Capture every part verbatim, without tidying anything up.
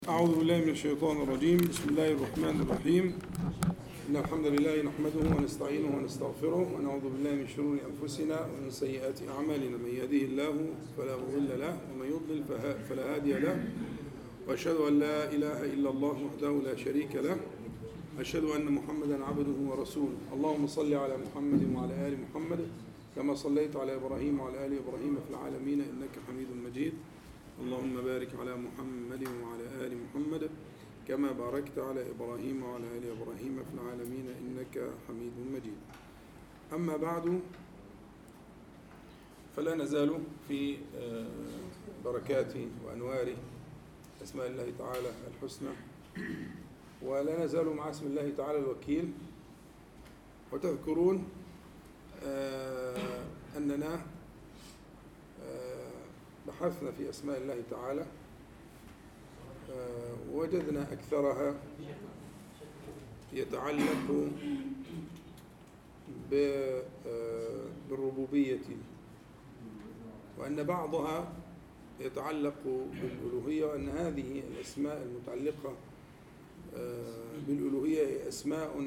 أعوذ بالله من الشيطان الرجيم. بسم الله الرحمن الرحيم. إن الحمد لله نحمده ونستعينه ونستغفره ونعوذ بالله من شرور أنفسنا ومن سيئات أعمالنا. من يهده الله فلا مضل له ومن يضلل فلا هادي له، وأشهد أن لا إله إلا الله وحده لا شريك له، أشهد أن محمدا عبده ورسوله. اللهم صل على محمد وعلى آل محمد كما صليت على إبراهيم وعلى آل إبراهيم في العالمين إنك حميد مجيد. اللهم بارك على محمد وعلى آل محمد كما باركت على إبراهيم وعلى آل إبراهيم في العالمين إنك حميد مجيد. أما بعد، فلا نزال في بركات وأنوار أسماء الله تعالى الحسنى، ولا نزال مع اسم الله تعالى الوكيل. وتذكرون أننا بحثنا في أسماء الله تعالى ووجدنا أكثرها يتعلق بالربوبية، وأن بعضها يتعلق بالألوهية، وأن هذه الأسماء المتعلقة بالألوهية هي أسماء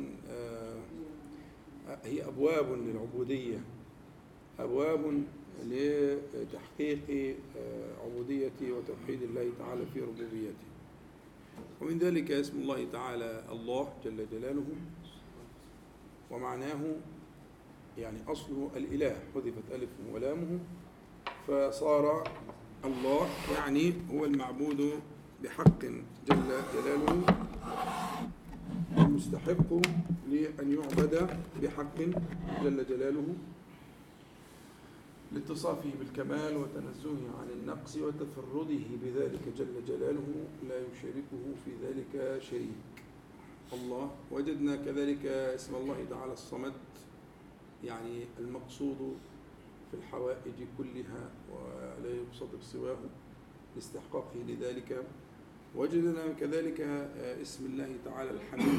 هي أبواب للعبودية، أبواب لتحقيق عبودية وتوحيد الله تعالى في ربوبيته. ومن ذلك اسم الله تعالى الله جل جلاله، ومعناه يعني أصله الإله، حذفت ألف ولامه فصار الله، يعني هو المعبود بحق جل جلاله، المستحق لأن يعبد بحق جل جلاله، لاتصافه بالكمال وتنزهه عن النقص وتفرده بذلك جل جلاله، لا يشاركه في ذلك شريك. الله. وجدنا كذلك اسم الله تعالى الصمد، يعني المقصود في الحوائج كلها ولا يقصد بسواه لاستحقاقه لذلك. وجدنا كذلك اسم الله تعالى الحميد،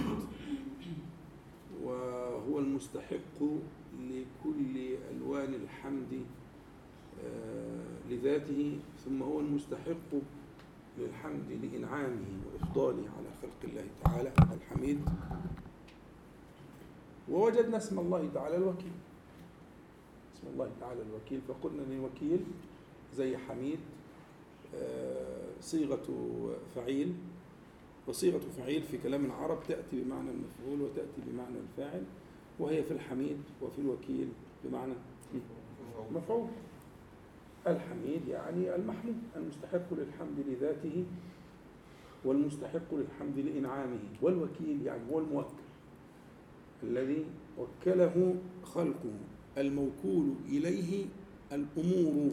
وهو المستحق لكل ألوان الحمد لذاته، ثم هو المستحق للحمد لإنعامه وإفضاله على خلق الله تعالى الحميد. ووجدنا اسم الله تعالى الوكيل، اسم الله تعالى الوكيل، فقلنا أن الوكيل زي حميد صيغة فعيل، وصيغة فعيل في كلام العرب تأتي بمعنى المفعول وتأتي بمعنى الفاعل، وهي في الحميد وفي الوكيل بمعنى مفعول. الحميد يعني المحمود، المستحق للحمد لذاته والمستحق للحمد لإنعامه. والوكيل يعني هو الموكل الذي وكله خلقه، الموكول إليه الأمور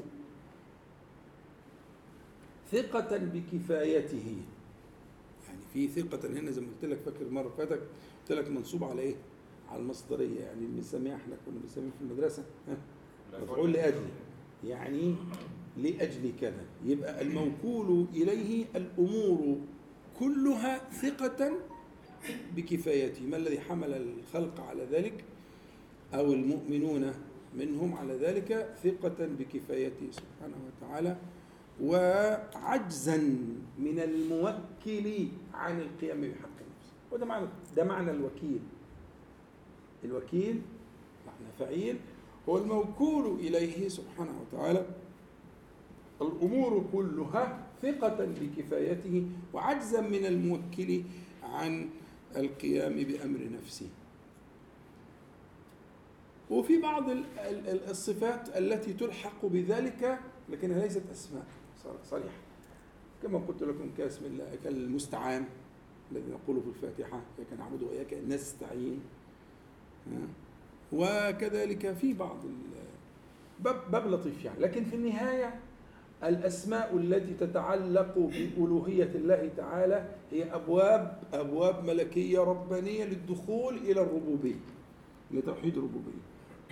ثقة بكفايته. يعني في ثقة هنا زي ما قلت لك، فاكر مرة فاتك قلت لك منصوب على إيه؟ على المصدرية، يعني بنسميها احنا كنا بنسميه في المدرسة مفعول لأجل، يعني لأجل كذا. يبقى الموكول إليه الأمور كلها ثقة بكفايته. ما الذي حمل الخلق على ذلك أو المؤمنون منهم على ذلك؟ ثقة بكفايته سبحانه وتعالى، وعجزا من الموكل عن القيام بحق نفسه. وده معنى ده معنى الوكيل. الوكيل معنى فعيل هو الموكول إليه سبحانه وتعالى الأمور كلها ثقة بكفايته، وعجزا من الموكل عن القيام بأمر نفسه. وفي بعض الصفات التي تلحق بذلك لكنها ليست أسماء صريحة، كما قلت لكم كاسم الله كالمستعان الذي نقوله في الفاتحة، إياك نعبد وإياك نستعين. وكذلك في بعض باب, باب لطيف يعني. لكن في النهاية الأسماء التي تتعلق بألوهية الله تعالى هي أبواب أبواب ملكية ربانية للدخول إلى الربوبية، لتوحيد الربوبية.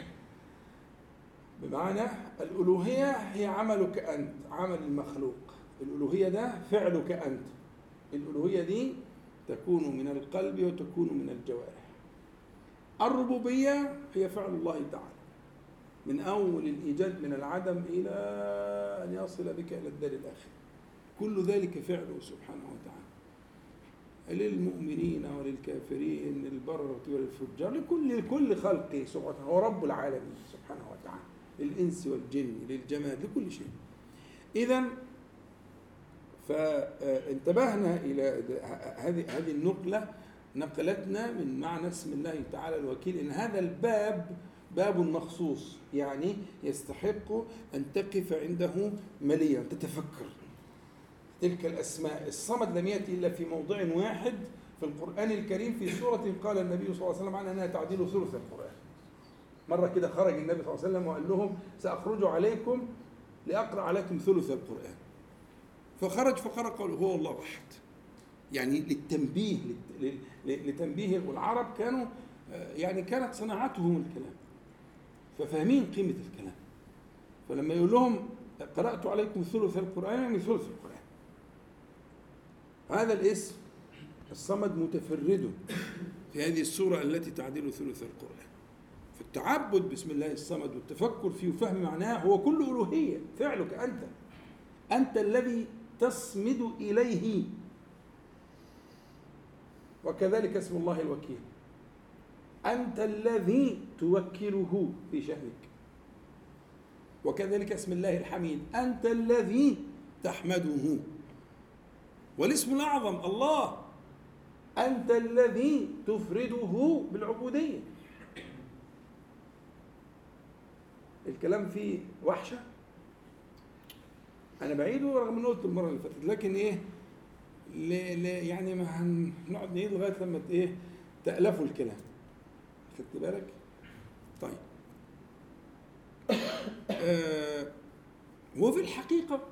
بمعنى الألوهية هي عملك أنت، عمل المخلوق. الألوهية ده فعلك أنت. الألوهية دي تكون من القلب وتكون من الجوارح. الربوبية هي فعل الله تعالى من أول الإيجاد من العدم إلى أن يصل بك إلى الدار الآخرة، كل ذلك فعله سبحانه وتعالى. للمؤمنين وللكافرين، للبررة وللفجار، لكل لكل خلقه سبحانه. هو رب العالمين سبحانه وتعالى، للإنس والجن، للجماد، لكل شيء. إذن فانتبهنا إلى هذه هذه النقلة، نقلتنا من معنى اسم الله تعالى الوكيل، إن هذا الباب باب مخصوص، يعني يستحق أن تقف عنده مليا، تتفكر تلك الأسماء. الصمد لم يأتي إلا في موضع واحد في القرآن الكريم، في سورة قال النبي صلى الله عليه وسلم عنها أنها تعديل ثلث القرآن. مرة كده خرج النبي صلى الله عليه وسلم وقال لهم سأخرج عليكم لأقرأ عليكم ثلث القرآن، فخرج فقرأ قال هو الله أحد، يعني للتنبيه لتنبيه والعرب كانوا يعني كانت صناعتهم الكلام، ففاهمين قيمة الكلام. فلما يقول لهم قرأت عليكم ثلث القرآن يعني ثلث القرآن. هذا الاسم الصمد متفرد في هذه السورة التي تعدل ثلث القرآن. فالتعبد باسم الله الصمد والتفكر فيه وفهم معناه هو كل ألوهية، فعلك أنت، أنت الذي تصمد إليه. وكذلك اسم الله الوكيل، أنت الذي توكله في شأنك. وكذلك اسم الله الحميد، أنت الذي تحمده. والاسم الأعظم الله، أنت الذي تفرده بالعبودية. الكلام فيه وحشة، أنا بعيده رغم أنه قلت المرة اللي فاتت، لكن إيه ليه ليه يعني ما هنقعد نعيد لغاية لما إيه تألفوا الكلام. خدت بالك؟ طيب. آه وفي الحقيقة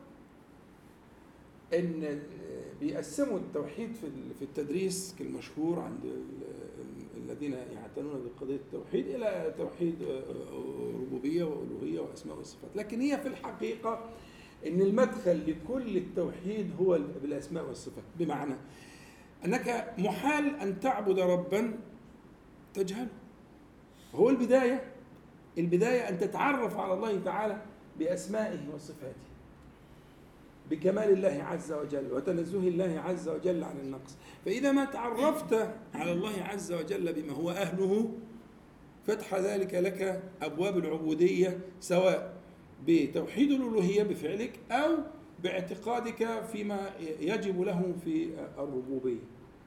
إن بيقسموا التوحيد في التدريس كالمشهور عند الذين يعتنون بقضية التوحيد إلى توحيد ربوبية وألوهية وأسماء وصفات، لكن هي في الحقيقة إن المدخل لكل التوحيد هو بالأسماء والصفات، بمعنى أنك محال أن تعبد ربا تجهله. هو البداية البداية أن تتعرف على الله تعالى بأسمائه وصفاته، بكمال الله عز وجل وتنزه الله عز وجل عن النقص. فإذا ما تعرفت على الله عز وجل بما هو أهله فتح ذلك لك أبواب العبودية، سواء بتوحيد الألوهية بفعلك أو باعتقادك فيما يجب له في الربوبية.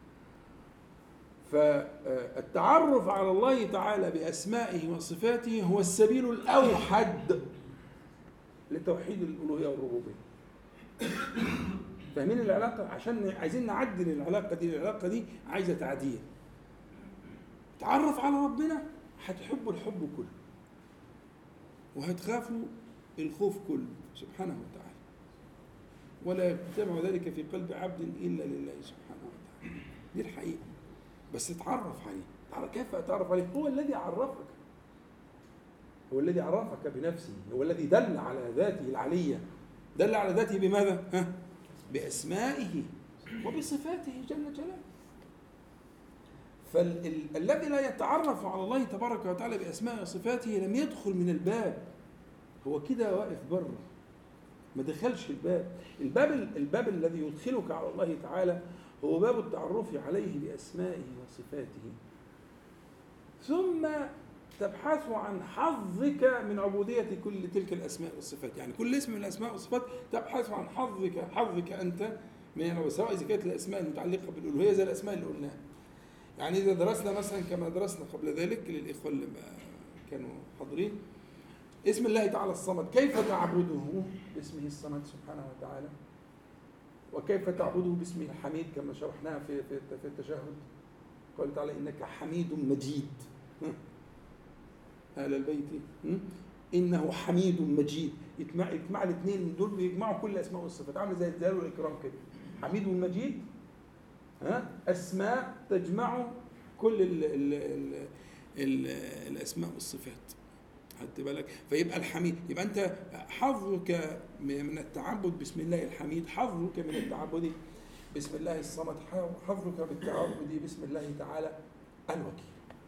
فالتعرف على الله تعالى بأسمائه وصفاته هو السبيل الأوحد لتوحيد الألوهية والربوبية. فاهمين العلاقة؟ عشان عايزين نعدل العلاقة دي، العلاقة دي عايزة تعديل. تعرف على ربنا هتحبوا الحب كله وهتخافوا الخوف كله سبحانه وتعالى، ولا يجتمع ذلك في قلب عبد إلا لله سبحانه وتعالى. دي الحقيقة. بس تعرف عليه. كيف أتعرف عليه؟ هو الذي عرفك، هو الذي عرفك بنفسه، هو الذي دل على ذاته العلية. دل على ذاته بماذا؟ ها؟ بأسمائه وبصفاته جل جلاله. فالذي لا يتعرف على الله تبارك وتعالى بأسمائه وصفاته لم يدخل من الباب، هو كده واقف بره، ما دخلش الباب. الباب الباب الذي يدخلك على الله تعالى هو باب التعرف عليه بأسمائه وصفاته، ثم تبحث عن حظك من عبودية كل تلك الأسماء والصفات. يعني كل اسم من الأسماء والصفات تبحث عن حظك حظك أنت من، سواء إذا كانت الأسماء المتعلقة بالألوهية زي الأسماء اللي قلناها. يعني إذا درسنا مثلا كما درسنا قبل ذلك للإخوة اللي كانوا حاضرين اسم الله تعالى الصمد، كيف تعبده باسمه الصمد سبحانه وتعالى، وكيف تعبده باسمه الحميد كما شرحناها في في التشهد. قال تعالى إنك حميد مجيد، أهل البيت إنه حميد مجيد. يجمع يجمع الاثنين دول، بيجمعوا كل الأسماء والصفات، عامل زي الجلال والإكرام كده. حميد مجيد ها أسماء تجمع كل ال ال ال ال الأسماء والصفات. خدت بالك؟ فيبقى الحميد، يبقى أنت حظك من التعبد باسم الله الحميد، حظك من التعبد باسم الله الصمد، حظك بالتعبد باسم الله تعالى الوكيل.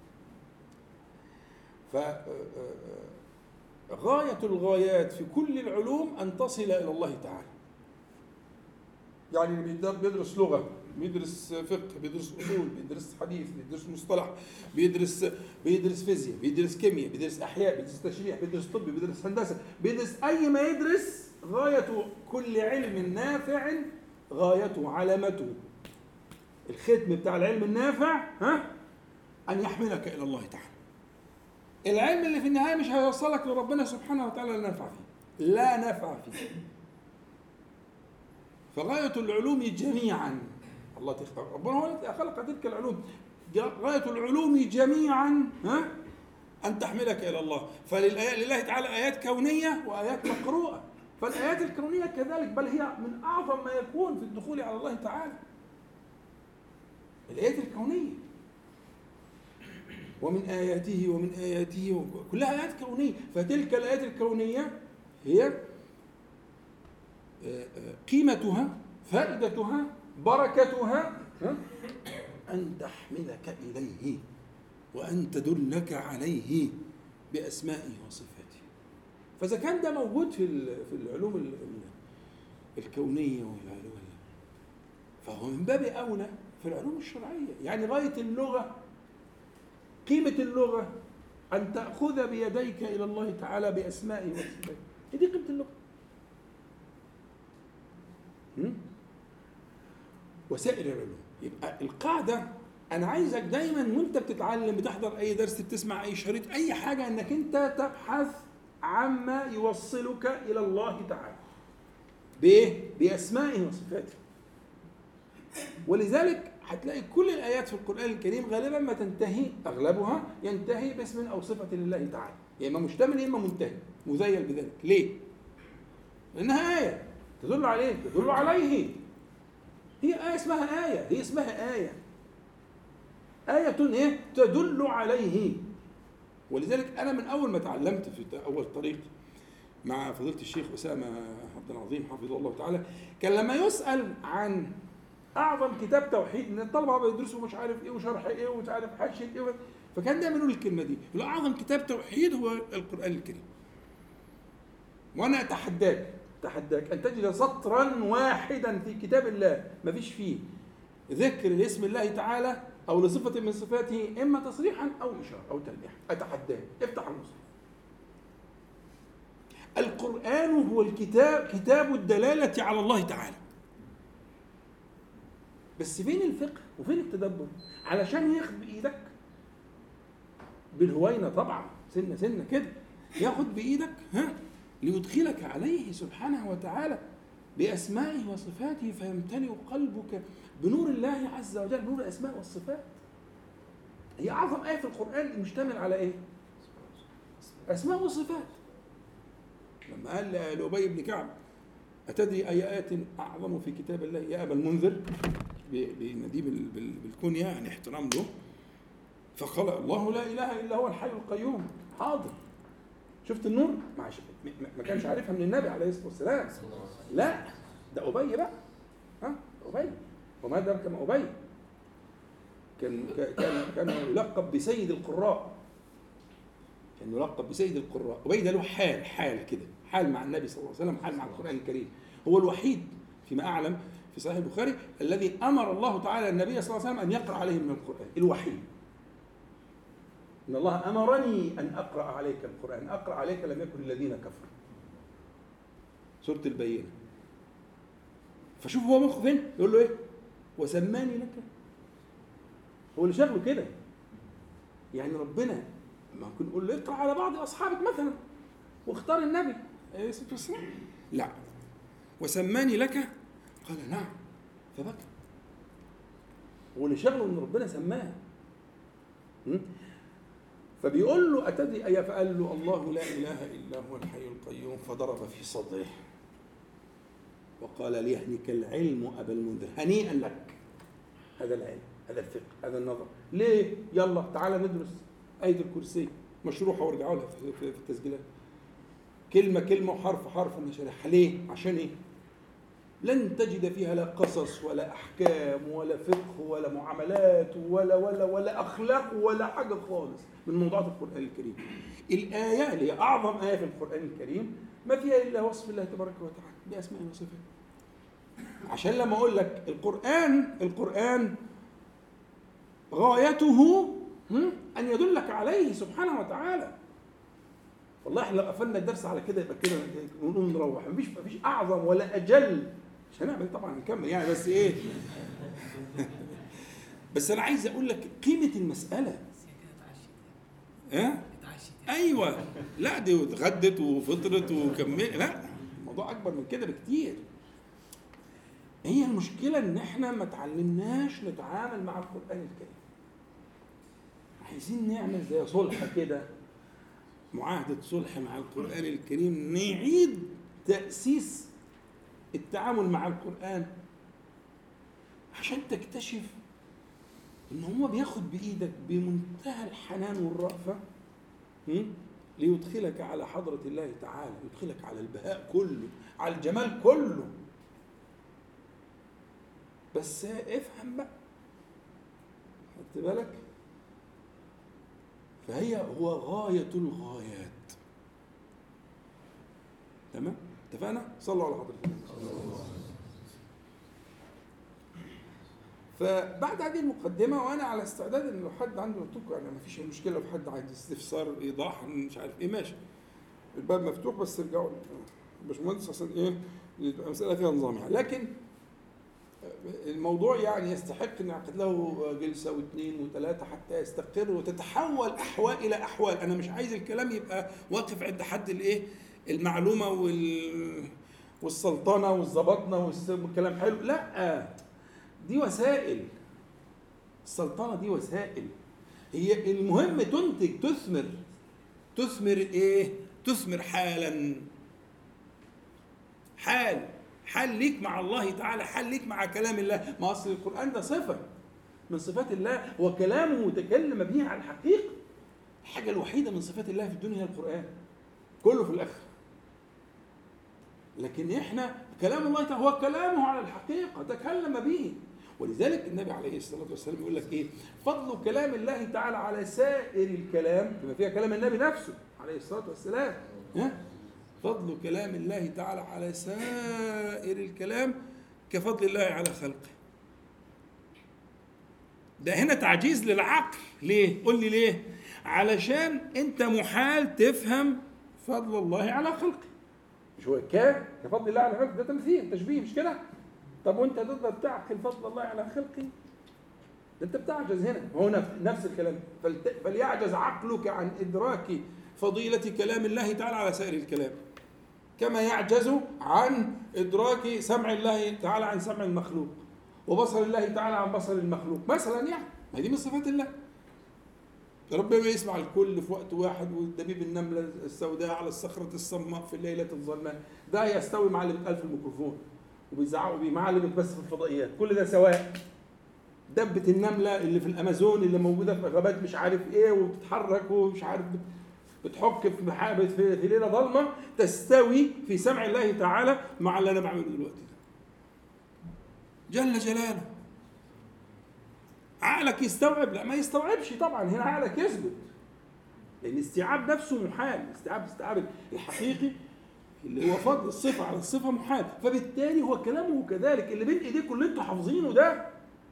فغاية الغايات في كل العلوم أن تصل إلى الله تعالى. يعني اللي بيدرس لغة بيدرس فقه، بيدرس أصول، بيدرس حديث، بيدرس مصطلح، بيدرس بيدرس فيزياء، بيدرس كيمياء، بيدرس أحياء، بيدرس تشريح، بيدرس طب، بيدرس هندسة، بيدرس أي ما يدرس، غاية كل علم نافع غايته علامته الختم بتاع العلم النافع ها أن يحملك إلى الله تعالى. العلم اللي في النهاية مش هيوصلك لربنا سبحانه وتعالى لا نفع فيه، لا نفع فيه. فغاية العلوم جميعا الله تخلق ربنا هو خلق تلك العلوم، غاية العلوم جميعا ها أن تحملك إلى الله. فلله تعالى آيات كونية وآيات مقروءة، فالآيات الكونية كذلك، بل هي من أعظم ما يكون في الدخول على الله تعالى، الآيات الكونية. ومن آياته ومن آياته كلها آيات كونية. فتلك الآيات الكونية هي قيمتها فائدتها بركتها أن تحملك إليه وأن تدلك عليه بأسمائه وصفاته. فإذا كان ده موجود في في العلوم الكونية والعلوم، فهو من باب أولى في العلوم الشرعية. يعني غاية اللغة، قيمة اللغة أن تأخذ بيديك إلى الله تعالى بأسمائه وصفاته، دي قيمة اللغة. وسائر العلوم. يبقى القاعدة أنا عايزك دايما وأنت بتتعلم، بتحضر أي درس، بتسمع أي شريط، أي حاجة، أنك أنت تبحث عما يوصلك إلى الله تعالى بإيه؟ بأسمائه وصفاته. ولذلك هتلاقي كل الآيات في القرآن الكريم غالبا ما تنتهي، أغلبها ينتهي باسم أو صفة لله تعالى، يا إما مشتمل يا إما منتهي مذيل بذلك. ليه؟ لأنها آية تدل عليه، تدل عليه. هي آية اسمها آية، هي اسمها آية آية إيه؟ تدل عليه. ولذلك أنا من أول ما تعلمت في أول طريق مع فضيلة الشيخ أسامة عبد العظيم حفظه الله تعالى، كان لما يسأل عن أعظم كتاب توحيد، إن الطلبة بيدرسوا مش عارف إيه وشرح إيه ومش عارف حاشية إيه، فكان دايما يقول الكلمة دي، يقول أعظم كتاب توحيد هو القرآن الكريم. وأنا أتحداك تحداك أن تجد سطرا واحدا في كتاب الله ما فيش فيه ذكر لاسم الله تعالى أو لصفة من صفاته، إما تصريحا أو إشارة أو تلميحا. أتحداك افتح المصحف. القرآن هو الكتاب، كتاب الدلالة على الله تعالى. بس فين الفقه وفين التدبر؟ علشان ياخد بإيدك بالهوينة طبعا، سنة سنة كده، ياخد بإيدك ها ليدخلك عليه سبحانه وتعالى بأسمائه وصفاته، فيمتلئ قلبك بنور الله عز وجل، نور الأسماء والصفات. هي أعظم آية في القرآن المشتمل على إيه؟ أسماء وصفات. لما قال لأبي بن كعب أتدري أي آية أعظم في كتاب الله يا أبا المنذر، بنديه بالكنية يعني احترام له، فقال الله لا إله إلا هو الحي القيوم. حاضر، شفت النور؟ ما كانش عارفها من النبي عليه الصلاة والسلام، لا ده أبي بقى، ها أبي. وما أدرك ما أبي، كان كان كان يلقب بسيد القراء، كان يلقب بسيد القراء. أبي ده له حال حال كده، حال مع النبي صلى الله عليه وسلم، حال مع القرآن الكريم. هو الوحيد فيما أعلم في صحيح البخاري الذي أمر الله تعالى النبي صلى الله عليه وسلم أن يقرأ عليه من القرآن، الوحيد. إن الله أمرني أن أقرأ عليك القرآن، أقرأ عليك لم يكن الذين كفروا، سورة البينة. فشوف هو مخه فين، يقول له إيه؟ وسماني لك. هو اللي شغله كده. يعني ربنا ما كن نقول له اقرأ على بعض أصحابك مثلا واختار النبي عليه الصلاة والسلام، لا، وسماني لك، قال نعم، فبكى. هو اللي شغله إن ربنا سماه. فبيقول له أتدري أي؟ فقال له الله لا إله إلا هو الحي القيوم، فضرب في صدره وقال ليهنك العلم أبا المنذر، هنيئا لك هذا العلم، هذا الفقه، هذا النظر. ليه؟ يلا تعالى ندرس آية الكرسي مشروحة وارجعوا لها في التسجيلات، كلمة كلمة وحرف حرف نشرحها. ليه؟ عشان إيه؟ لن تجد فيها لا قصص ولا أحكام ولا فقه ولا معاملات ولا ولا ولا أخلاق ولا حاجة خالص من موضوعات القرآن الكريم. الآية اللي هي أعظم آية في القرآن الكريم ما فيها إلا وصف الله تبارك وتعالى بأسماء وصفاته. عشان لما اقول لك القرآن القرآن غايته ان يدلك عليه سبحانه وتعالى. والله احنا لو قفلنا الدرس على كده يبقى كده نقوم نروح. مفيش مفيش اعظم ولا اجل، مش هنعمل طبعا نكمل يعني، بس ايه بس انا عايز اقول لك قيمه المساله. ها ايوه، لا دي اتغدت وفطرت وكملت، لا الموضوع اكبر من كده بكتير. هي المشكله ان احنا ما تعلمناش نتعامل مع القران الكريم. عايزين نعمل زي صلح كده، معاهده صلح مع القران الكريم، نعيد تاسيس التعامل مع القران عشان تكتشف ان هو بياخد بايدك بمنتهى الحنان والرأفة ليدخلك على حضرة الله تعالى، يدخلك على البهاء كله، على الجمال كله. بس افهم بقى، خدت بالك؟ فهي هو غاية الغايات. تمام؟ اتفقنا؟ صلوا على حضرة الله. فبعد هذه المقدمة وأنا على استعداد إن لو حد عنده نقطة، يعني ما فيش مشكلة، لو حد عايز استفسار إيضاح مش عارف إيه ماشي، الباب مفتوح، بس ارجعوا باشمهندس عشان إيه المسألة فيها نظام يعني. لكن الموضوع يعني يستحق أن نعقد له جلسة واثنين وثلاثة حتى يستقر وتتحول أحوال إلى أحوال. أنا مش عايز الكلام يبقى واقف عند حد الإيه المعلومة وال والسلطنة والزبطنة والكلام حلو، لا دي وسائل. السلطنة دي وسائل، هي المهم تنتج تثمر. تثمر ايه؟ تثمر حالا، حال حال ليك مع الله تعالى، حال ليك مع كلام الله. ما أصل القرآن ده صفة من صفات الله، وكلامه متكلم به عن الحقيقة. الحاجة الوحيدة من صفات الله في الدنيا هي القرآن، كله في الآخر. لكن احنا كلام الله تعالى هو كلامه على الحقيقة، تكلم به. ولذلك النبي عليه الصلاة والسلام يقول لك ايه؟ فضل كلام الله تعالى على سائر الكلام، بما فيها كلام النبي نفسه عليه الصلاة والسلام. ها؟ فضل كلام الله تعالى على سائر الكلام كفضل الله على خلقه. ده هنا تعجيز للعقل. ليه؟ قل لي ليه؟ علشان انت محال تفهم فضل الله على خلقه. مش هو كان كفضل الله على خلقه، ده تمثيل تشبيه مش كده؟ طب وانت تقدر تعقل فضل الله على خلقه؟ ده انت بتعجز هنا. هو نفس الكلام، فليعجز عقلك عن ادراك فضيلة كلام الله تعالى على سائر الكلام، كما يعجز عن ادراك سمع الله تعالى عن سمع المخلوق، وبصر الله تعالى عن بصر المخلوق مثلا. يعني ما دي من صفات الله. ربنا يسمع الكل في وقت واحد، والدبيب النملة السوداء على الصخرة الصماء في الليلة الظلماء ده يستوي مع اللي بيتقال في الميكروفون وبيزعقوا بيه مع اللي بيتبث في الفضائيات، كل ده سواء. دبة النملة اللي في الأمازون اللي موجودة في غابات مش عارف إيه وبتتحرك ومش عارف بتحك في في ليلة ظلمة، تستوي في سمع الله تعالى مع اللي أنا بعمله دلوقتي ده جل جلاله. عقلك يستوعب؟ لا ما يستوعبش طبعا. هنا عقلك يثبت، لأن استيعاب نفسه محال. استيعاب استيعاب الحقيقي اللي هو فضل الصفة على الصفة محال. فبالتالي هو كلامه كذلك. اللي بين ايديكم اللي انتوا حافظينه ده،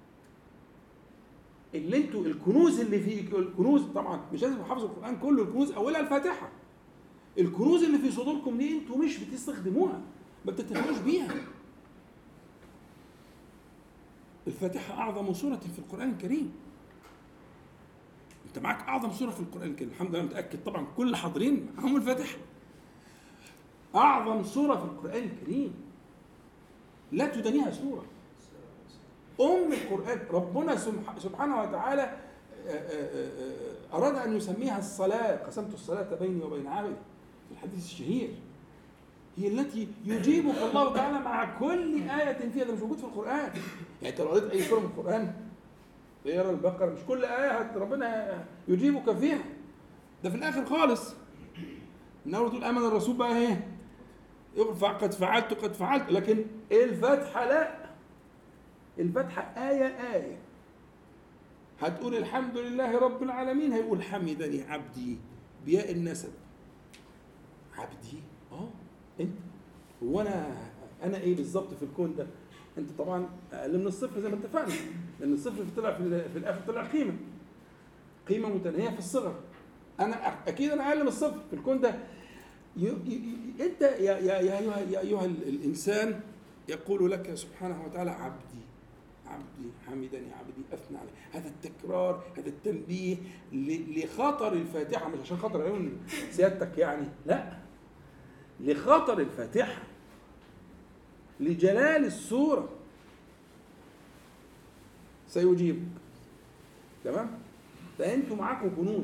اللي انتوا الكنوز اللي فيه، الكنوز طبعا مش لازم تحفظوا القرآن كله، الكنوز أولها الفاتحة. الكنوز اللي في صدوركم دي انتوا مش بتستخدموها، ما بتتهموش بيها. الفاتحة أعظم سورة في القرآن الكريم. أنت معك أعظم سورة في القرآن الكريم، الحمد لله متأكد طبعا كل حاضرين معهم الفاتحة. أعظم سورة في القرآن الكريم لا تدانيها سورة. أم القرآن ربنا سبحانه وتعالى أراد أن يسميها الصلاة. قسمت الصلاة بيني وبين عبدي في الحديث الشهير. هي التي يجيبك الله تعالى مع كل آية فيها. ده مش موجود في القرآن. يعني أنت لو قريت أي سورة من القرآن، غير البقرة، مش كل آية ربنا يجيبك فيها. ده في الآخر خالص. النور تقول آمن الرسول بقى إيه؟ يرفع قد فعلت قد فعلت. لكن الفتحة لا، الفتحة آية آية. هتقول الحمد لله رب العالمين، هيقول حمدني عبدي بياء النسب. عبدي؟ اه انت. هو انا انا ايه بالظبط في الكون ده؟ انت طبعا اقل من الصفر زي ما اتفقنا، لان الصفر طلع في, في الاخر طلع قيمه قيمه متناهيه في الصغر. انا اكيد انا اقل من الصفر في الكون ده. ي... ي... انت يا يا يا ايها يا ايها الانسان يقول لك سبحانه وتعالى عبدي عبدي حمدني عبدي اثنى عليه. هذا التكرار، هذا التنبيه لخطر الفاتحه، مش عشان خاطر عيون سيادتك يعني، لا، لخطر الفاتحه، لجلال السوره. سيجيبك. تمام؟ فانتوا معاكم كنوز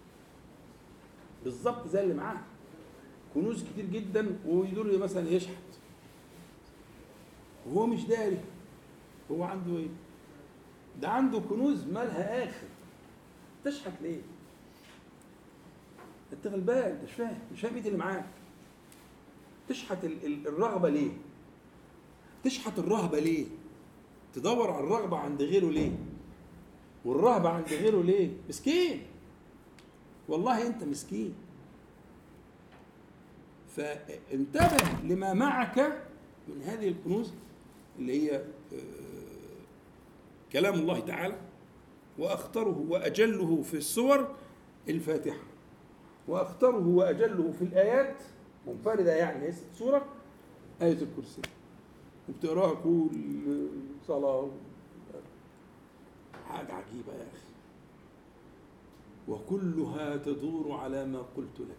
بالظبط زي اللي معاه، كنوز كتير جدا، ويدور مثلا يشحت وهو مش داري هو عنده ايه. ده عنده كنوز مالها اخر، تشحت ليه؟ انت غلبان، مش فاهم مش فاهم ايه اللي معاك. تشحت الرغبه ليه؟ تشحت الرهبه ليه؟ تدور على الرغبه عند غيره ليه؟ والرهبه عند غيره ليه؟ مسكين، والله انت مسكين. فانتبه لما معك من هذه الكنوز اللي هي كلام الله تعالى، وأخطره وأجله في السور الفاتحة، وأخطره وأجله في الآيات منفردة يعني ليست سورة، آية الكرسي، وبتقراها كل صلاة. حاجة عجيبة يا أخي، وكلها تدور على ما قلت لك،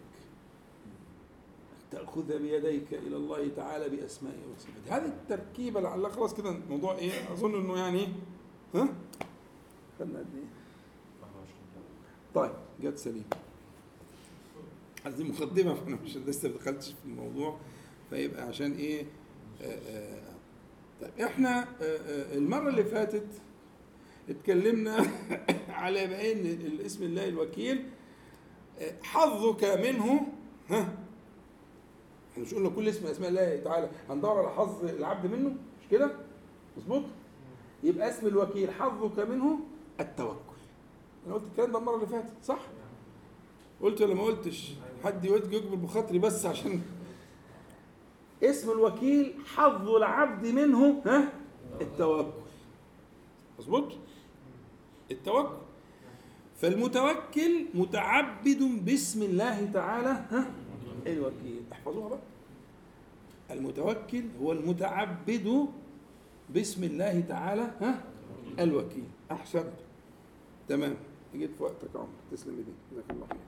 تأخذ بيديك إلى الله تعالى بأسمائه وصفاته. هذه التركيبة لعل خلاص كده الموضوع إيه، أظن إنه يعني ها خلنا قد إيه. طيب جت سليم. هذه مقدمة، فأنا مش لسه ما دخلتش في الموضوع، فيبقى عشان إيه. آآ آآ طيب إحنا آآ المرة اللي فاتت اتكلمنا على بأن الاسم الله الوكيل حظك منه، ها احنا مش قلنا كل اسم اسماء الله تعالى هندور على حظ العبد منه، مش كده؟ مظبوط؟ يبقى اسم الوكيل حظك منه التوكل. انا قلت الكلام ده المره اللي فاتت صح؟ قلت ولا ما قلتش؟ حد يجبر بخاطري بس عشان اسم الوكيل حظ العبد منه ها التوكل. مظبوط؟ التوكل. فالمتوكل متعبد باسم الله تعالى ها الوكيل. احفظوها بقى. المتوكل هو المتعبد باسم الله تعالى ها الوكيل. احسنت، تمام، جيت في وقتك يا عمر، تسلم ايديك، جزاك الله خير.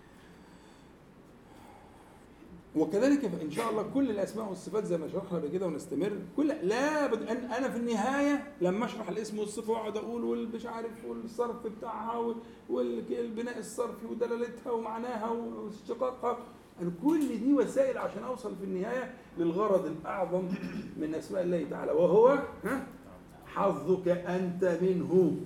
وكذلك ان شاء الله كل الاسماء والصفات زي ما شرحنا بكده ونستمر. كل لا بد ان انا في النهايه لما اشرح الاسم والصفه واقعد اقول والمش عارف والصرف بتاعها والبناء الصرفي ودلالتها ومعناها واشتقاقها، أنا كل دي وسائل عشان أوصل في النهاية للغرض الأعظم من أسماء الله تعالى، وهو ها حظك أنت منه.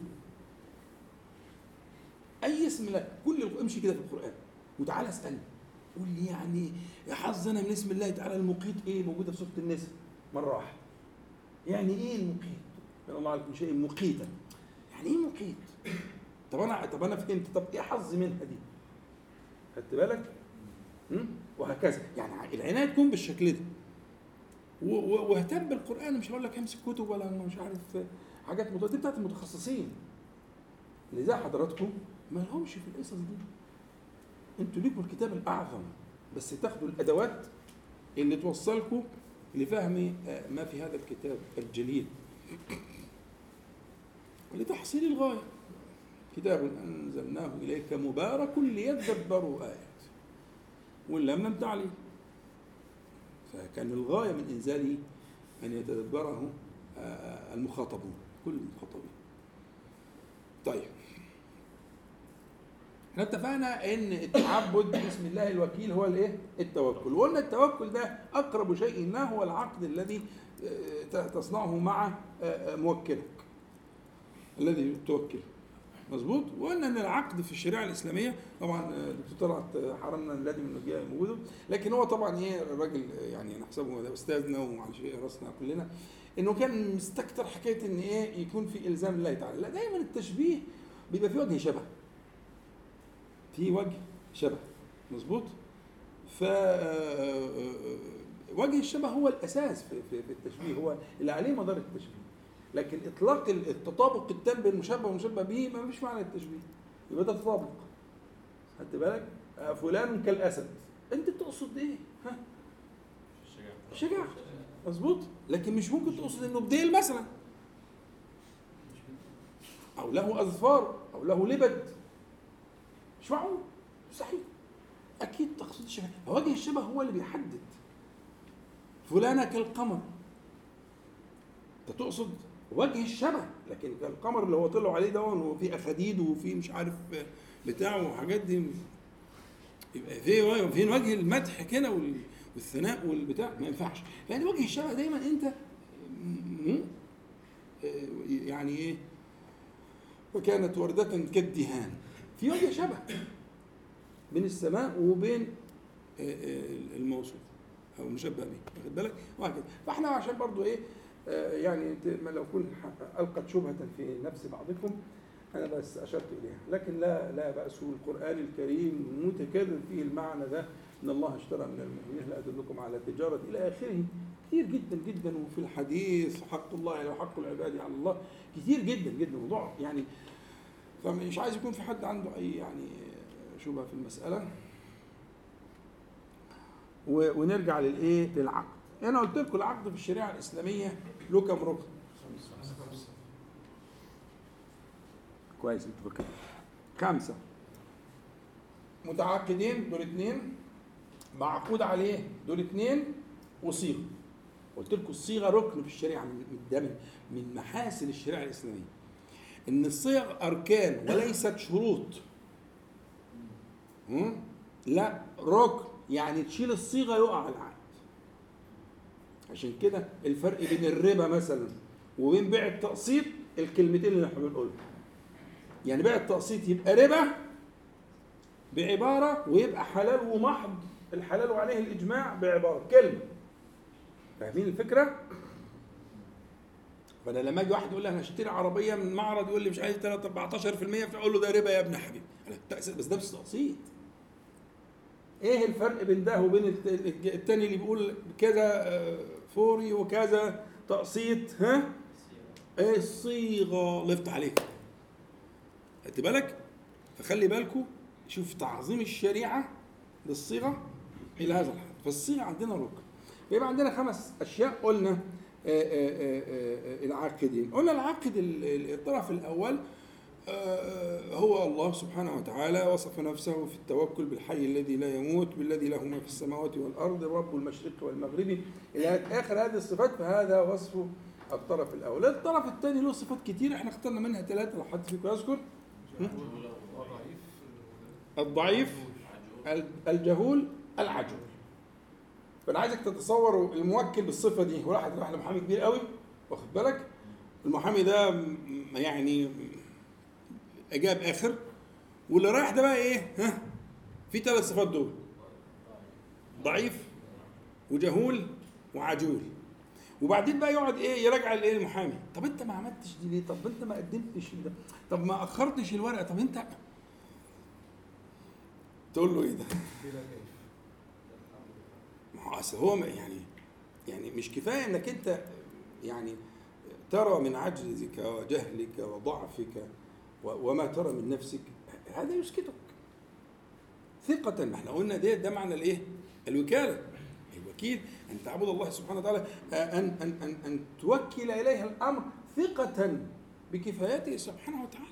أي اسم لك، كل امشي كده في القرآن وتعالى اسألني، قول لي يعني يا حظنا من اسم الله تعالى المقيت إيه؟ موجودة في سورة النساء مرة واحدة. يعني إيه المقيت؟ قال الله على كل شيء مقيتا. يعني إيه مقيت؟ طب أنا طب أنا فهمت، طب إيه حظ منها دي؟ خدت بالك؟ وهكذا. يعني العناية تكون بالشكل ده، واهتم بالقرآن. مش هقول لك امسك كتب ولا مش عارف حاجات دي بتاعت المتخصصين، لذا حضراتكم ما لهمش في القصص دي. انتوا ليكم الكتاب الأعظم، بس تاخدوا الأدوات اللي توصلكم لفهم ما في هذا الكتاب الجليل ولتحصيل الغاية. كتاب أنزلناه إليك مبارك ليدبروا آيات ولم نمت عليه. فكان الغاية من إنزاله أن يتدبره المخاطبون، كل المخاطبين. طيب احنا اتفقنا ان التعبد باسم الله الوكيل هو الايه؟ التوكل. وقلنا التوكل ده اقرب شيء ما هو العقد الذي تصنعه مع موكلك الذي توكله. مظبوط. وقلنا ان العقد في الشريعه الاسلاميه طبعا دكتور طلعت حرمنا الذي من جاي موجوده، لكن هو طبعا ايه الراجل يعني نحسبه استاذنا وعلى شيء راسنا كلنا، انه كان مستكتر حكايه ان ايه يكون في الزام الله تعالى. لا، دايما التشبيه بيبقى فيه وجه شبه، في وجه شبه. مظبوط. ف وجه الشبه هو الاساس في في في التشبيه، هو اللي عليه مدار التشبيه. لكن اطلاق التطابق التام بين المشبه والمشبه به ما فيش معنى التشبيه، يبقى ده تطابق. خدت بالك؟ فلان كالاسد، انت تقصد ايه؟ ها؟ الشجاعه، مظبوط. لكن مش ممكن تقصد انه بديل مثلا، او له اظفار، او له لبد، مش معقول، مستحيل. اكيد تقصد الشبه. فوجه الشبه هو اللي بيحدد. فلانة كالقمر، انت تقصد وجه الشبه، لكن القمر اللي هو طلعوا عليه ده وفي اخاديد وفي مش عارف بتاعه وحاجات دي، يبقى في فين وجه المدح كده والثناء والبتاع؟ ما ينفعش. يعني وجه الشبه دايما انت يعني ايه، وكانت وردة كالدهان، في وجه شبه بين السماء وبين الموصوف او المشبه به، واخد بالك؟ وهكذا. فاحنا عشان برضو ايه يعني لو كنت القت شبهه في نفس بعضكم انا بس اشرت اليها، لكن لا لا باس. القران الكريم متكرر فيه المعنى ده، ان الله اشترى من المؤمنين لا ادلكم على تجاره الى اخره، كتير جدا جدا. وفي الحديث حق الله وحق العباد على الله كتير جدا جدا، موضوع يعني. فمش عايز يكون في حد عنده اي يعني شبهه في المساله. ونرجع للايه، للعقد. انا قلت لكم العقد في الشريعه الاسلاميه له كم ركن؟ كويس، انتوا فاكرين خمسه. متعاقدين دول اثنين، معقود عليه دول اثنين، وصيغه. قلت لكم الصيغه ركن في الشريعه، من ده من محاسن الشريعه الاسلاميه، ان الصيغ اركان وليست شروط. لا، ركن، يعني تشيل الصيغه يقع العقد. عشان كده الفرق بين الربا مثلا وبين بيع التقسيط الكلمتين اللي احنا بنقولهم. يعني بيع التقسيط يبقى ربا بعباره، ويبقى حلال ومحض، الحلال وعليه الاجماع بعباره كلمه. فاهمين الفكره؟ فانا لما اجي واحد يقول لي انا هشتري عربيه من معرض، يقول لي مش عايز ثلاثة أربعتاشر بالمية، فاقول له ده ربا يا ابن حبيبي. بس ده مش تقسيط. ايه الفرق بين ده وبين التاني اللي بيقول كذا فوري وكذا تقسيط؟ ها؟ ايه الصيغه؟ لفت عليك، خدت بالك؟ فخلي بالكم، شوف تعظيم الشريعه للصيغه الى هذا الحد. فالصيغه عندنا ركن. يبقى عندنا خمس اشياء قلنا. العاقدين، قلنا العاقد الطرف الاول هو الله سبحانه وتعالى، وصف نفسه في التوكل بالحي الذي لا يموت، بالذي له ما في السماوات والارض، رب المشرق والمغرب الى اخر هذه الصفات. فهذا وصف الطرف الاول. الطرف الثاني له صفات كتير، احنا اخترنا منها ثلاثه لو حد فيكم يذكر. الضعيف، الجهول، العجول. فانا عايزك تتصوروا الموكل بالصفه دي، واحد راح لمحامي كبير قوي، واخد بالك؟ المحامي ده يعني اجاب اخر، واللي رايح ده بقى ايه؟ ها، في ثلاث صفات دول: ضعيف وجهول وعجول. وبعدين بقى يقعد ايه، يراجع الايه المحامي. طب انت ما عملتش دي ليه؟ طب انت ما قدمتش ده؟ طب ما اخرتش الورقه؟ طب انت تقول له ايه ده؟ ما هو اصل هو يعني يعني مش كفايه انك انت يعني ترى من عجزك وجهلك وضعفك وما ترى من نفسك، هذا يسكتك ثقة. ما احنا قلنا ده ده معنى الايه؟ الوكالة. الوكيل ان تعبد الله سبحانه وتعالى، ان ان ان ان توكل اليه الامر ثقة بكفايته سبحانه وتعالى.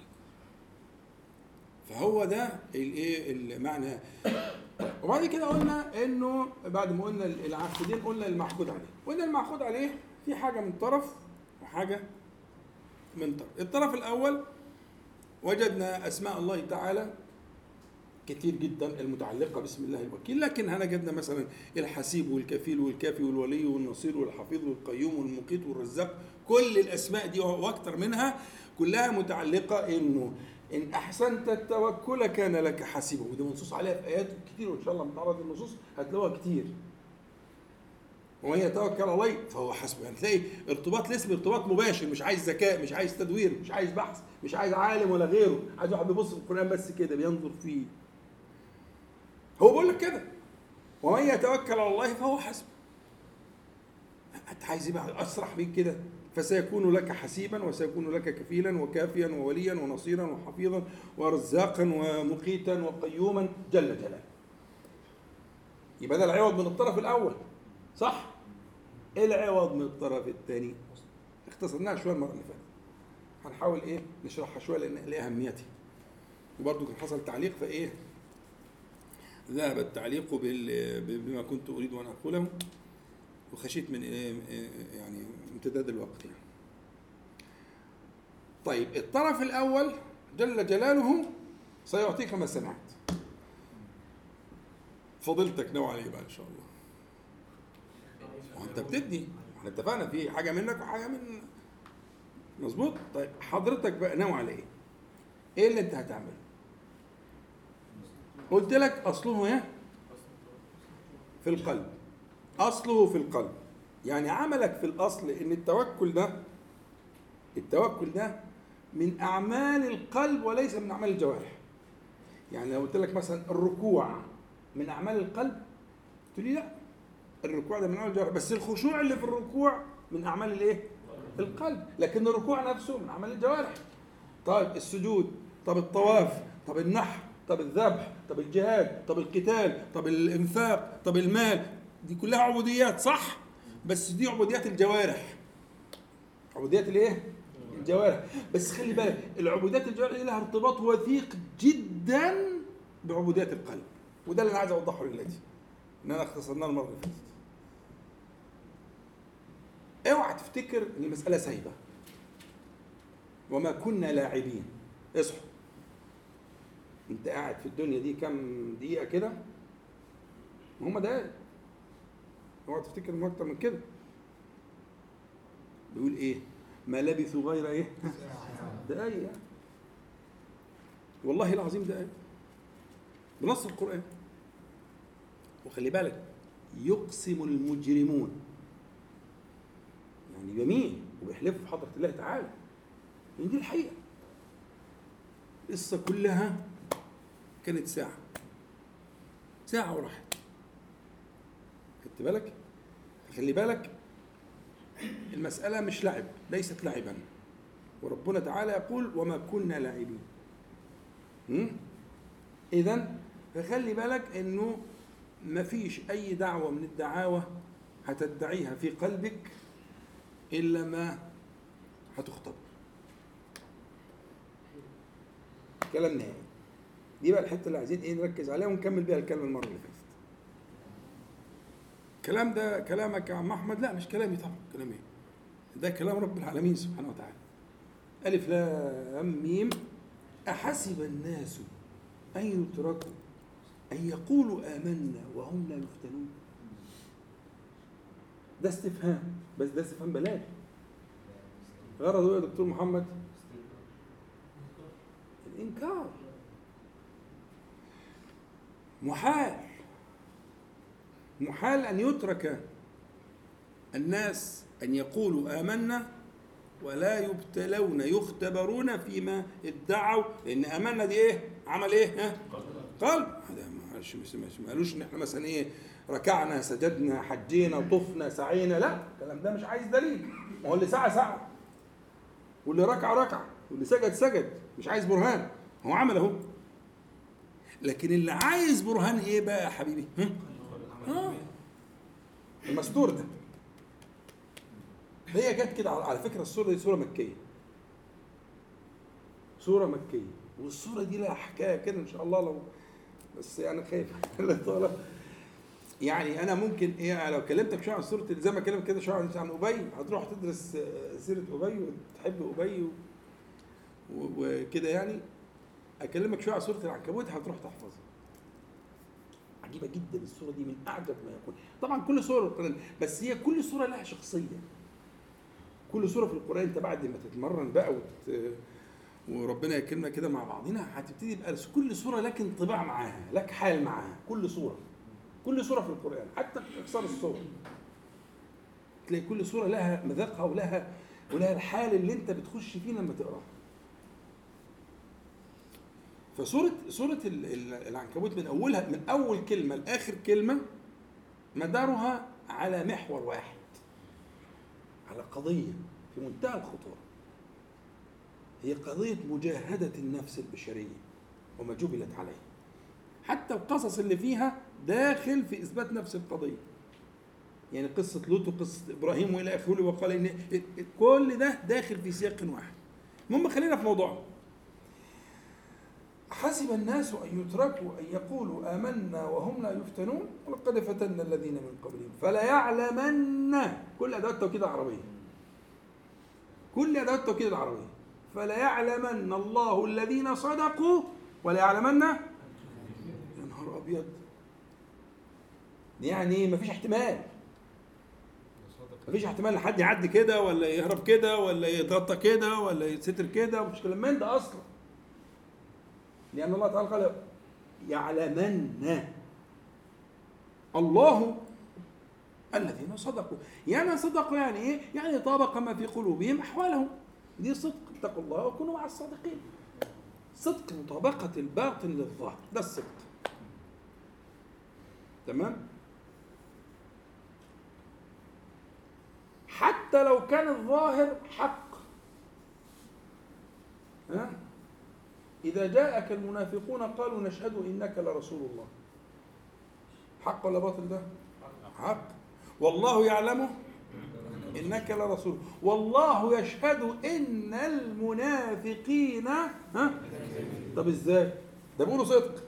فهو ده الايه المعنى. وبعد كده قلنا انه بعد ما قلنا العاقدين قلنا المعقود عليه. قلنا المعقود عليه في حاجة من طرف وحاجة من طرف. الطرف الأول وجدنا أسماء الله تعالى كثير جدا المتعلقة باسم الله الوكيل، لكن هنجدنا مثلا الحسيب والكفيل والكافي والولي والنصير والحفيظ والقيوم والمقيت والرزاق. كل الأسماء دي وأكثر منها كلها متعلقة إنه إن أحسنت التوكل كان لك حسيبه، ودي منصوص عليها في آيات كتير، وإن شاء الله متعرض للنصوص هتلاقوها كتير. ومن يتوكل على الله فهو حسبه. يعني تلاقي ارتباط الاسم ارتباط مباشر، مش عايز ذكاء، مش عايز تدوير، مش عايز بحث، مش عايز عالم ولا غيره، عايز واحد بيبص في القرآن بس كده بينظر فيه. هو بيقول لك كده، ومن يتوكل على الله فهو حسبه. انت عايز يبقى اسرح بيك كده؟ فسيكون لك حسيبا وسيكون لك كفيلا وكافيا ووليا ونصيرا وحفيظا ورزاقا ومقيتا وقيوما جل جلاله. يبقى ده العوض من الطرف الاول، صح؟ ايه العوض من الطرف الثاني؟ اختصرناها شويه المره اللي فاتت، هنحاول ايه نشرحها شويه لان لاهميتها، وبرضه كان حصل تعليق فايه ذهب التعليق بما كنت اريد ان اقوله، وخشيت من إيه يعني امتداد الوقت يعني. طيب الطرف الأول جل جلاله سيعطيك ما سمعت، فضلتك نوع عليه بقى إن شاء الله. وأنت بتدي، احنا اتفقنا في حاجة منك وحاجة من مظبوط. طيب حضرتك بقى نوع على إيه؟ إيه اللي أنت هتعمله؟ قلت لك أصله إيه؟ في القلب. أصله في القلب، يعني عملك في الأصل إن التوكل ده التوكل ده من أعمال القلب وليس من أعمال الجوارح. يعني لو قلت لك مثلا الركوع من أعمال القلب، تقول لي لا، الركوع ده من أعمال الجوارح، بس الخشوع اللي في الركوع من أعمال الإيه؟ القلب، لكن الركوع نفسه من أعمال الجوارح. طيب السجود، طب الطواف، طب النحر، طب الذبح، طب الجهاد، طب القتال، طب الإنفاق، طب المال، دي كلها عبوديات، صح؟ بس دي عبوديات الجوارح، عبوديات الايه؟ الجوارح. بس خلي بالك العبوديات الجوارح دي لها ارتباط وثيق جدا بعبوديات القلب، وده اللي انا عايز اوضحه دلوقتي، ان انا اختصرناه المره اللي فاتت. اوعى تفتكر ان المساله سايبه، وما كنا لاعبين. اصحوا، انت قاعد في الدنيا دي كام دقيقه كده؟ ما هم دقايق، اوعى تفتكر انه اكتر من كده. بيقول ايه؟ ما لبثوا غير ايه؟ دقايق يعني. والله العظيم دقايق بنص القرآن. وخلي بالك يقسم المجرمون، يعني يمين وبيحلفوا في حضرة الله تعالى، يعني دي الحقيقة. القصة كلها كانت ساعة ساعة وراحت. خدت بالك؟ خلي بالك المسألة مش لعب، ليست لعبا، وربنا تعالى يقول وما كنا لاعبين. إذن فخلي بالك إنه ما فيش أي دعوة من الدعاوى هتدعيها في قلبك إلا ما هتختبر. كلام نهائي. دي بقى الحتة اللي عايزين إيه نركز عليها ونكمل بيها الكلام المرة اللي فاتت. الكلام ده كلامك يا عم أحمد؟ لا مش كلامي طبعا، كلامي ده كلام رب العالمين سبحانه وتعالى. ألف لام ميم. أحسب الناس أن يتركوا أن يقولوا آمنا وهم لا يفتنون. ده استفهام، بس ده استفهام بلاغي. غرضه يا دكتور محمد الإنكار. محال محال أن يترك الناس أن يقولوا آمنا ولا يبتلون يختبرون فيما ادعوا، لأن آمنا دي إيه؟ عمل إيه؟ ها؟ قلب. هذا ما قالوش إن إحنا مثلا إيه ركعنا سجدنا حجينا طفنا سعينا، لا، الكلام ده مش عايز دليل. ما هو اللي سعى سعى، واللي ركع ركع، واللي سجد سجد، مش عايز برهان، هو عمل أهو. لكن اللي عايز برهان إيه بقى يا حبيبي؟ ها؟ المستور ده. هي جت كده على فكرة. السورة دي سورة مكية، سورة مكية، والسورة دي لها حكاية كده إن شاء الله، لو بس يعني خايف يعني أنا ممكن إيه لو كلمتك شوية عن سورة زي ما كلمت كده شوية عن أبي، هتروح تدرس سيرة أبي وتحب أبي وكده، يعني أكلمك شوية عن سورة العنكبوت هتروح تحفظها. عجيبة جدا السورة دي، من أعجب ما يكون. طبعا كل سورة القرآن، بس هي كل سورة لها شخصية. كل سورة في القرآن أنت بعد ما تتمرن بقى وت... وربنا يكرمنا كده مع بعضنا، هتبتدي بقى كل سورة لك انطباع معاها، لك حال معاها. كل سورة كل سورة في القرآن حتى في إقصار السورة تلاقي كل سورة لها مذاقها ولها ولها الحال اللي أنت بتخش فيه لما تقرأها. فسورة سورة العنكبوت من أولها، من أول كلمة لآخر كلمة، مدارها على محور واحد. على قضية في منتهى الخطورة، هي قضية مجاهدة النفس البشرية وما جبلت عليه. حتى القصص اللي فيها داخل في إثبات نفس القضية، يعني قصة لوط وقصة إبراهيم وإلى آخره، وقال إن كل ده داخل في سياق واحد. المهم خلينا في موضوعنا. حسب الناس أن يتركوا أن يقولوا آمنا وهم لا يفتنون ولقد فتنا الذين من قبلهم فليعلمن، كل أدوات التوكيد العربية، كل أدوات التوكيد العربية، فليعلمن الله الذين صدقوا وليعلمن. يا نهار أبيض، يعني مفيش احتمال، مفيش احتمال لحد يعدي كده ولا يهرب كده ولا يتغطى كده ولا يستر كده، مش كلام من ده أصلا، لأن الله تعالى قال يعلمن الله الذين صدقوا. يعني صدقوا يعني إيه؟ يعني طابق ما في قلوبهم أحوالهم، دي صدق، اتقوا الله وكونوا مع الصادقين. صدق مطابقة الباطن للظاهر، ده الصدق. تمام؟ حتى لو كان الظاهر حق، ها؟ إذا جاءك المنافقون قالوا نشهد إنك لرسول الله، حق ولا باطل ده؟ حق. والله يعلم إنك لرسول، والله يشهد إن المنافقين، ها؟ طب إزاي؟ ده بيقولوا صدق.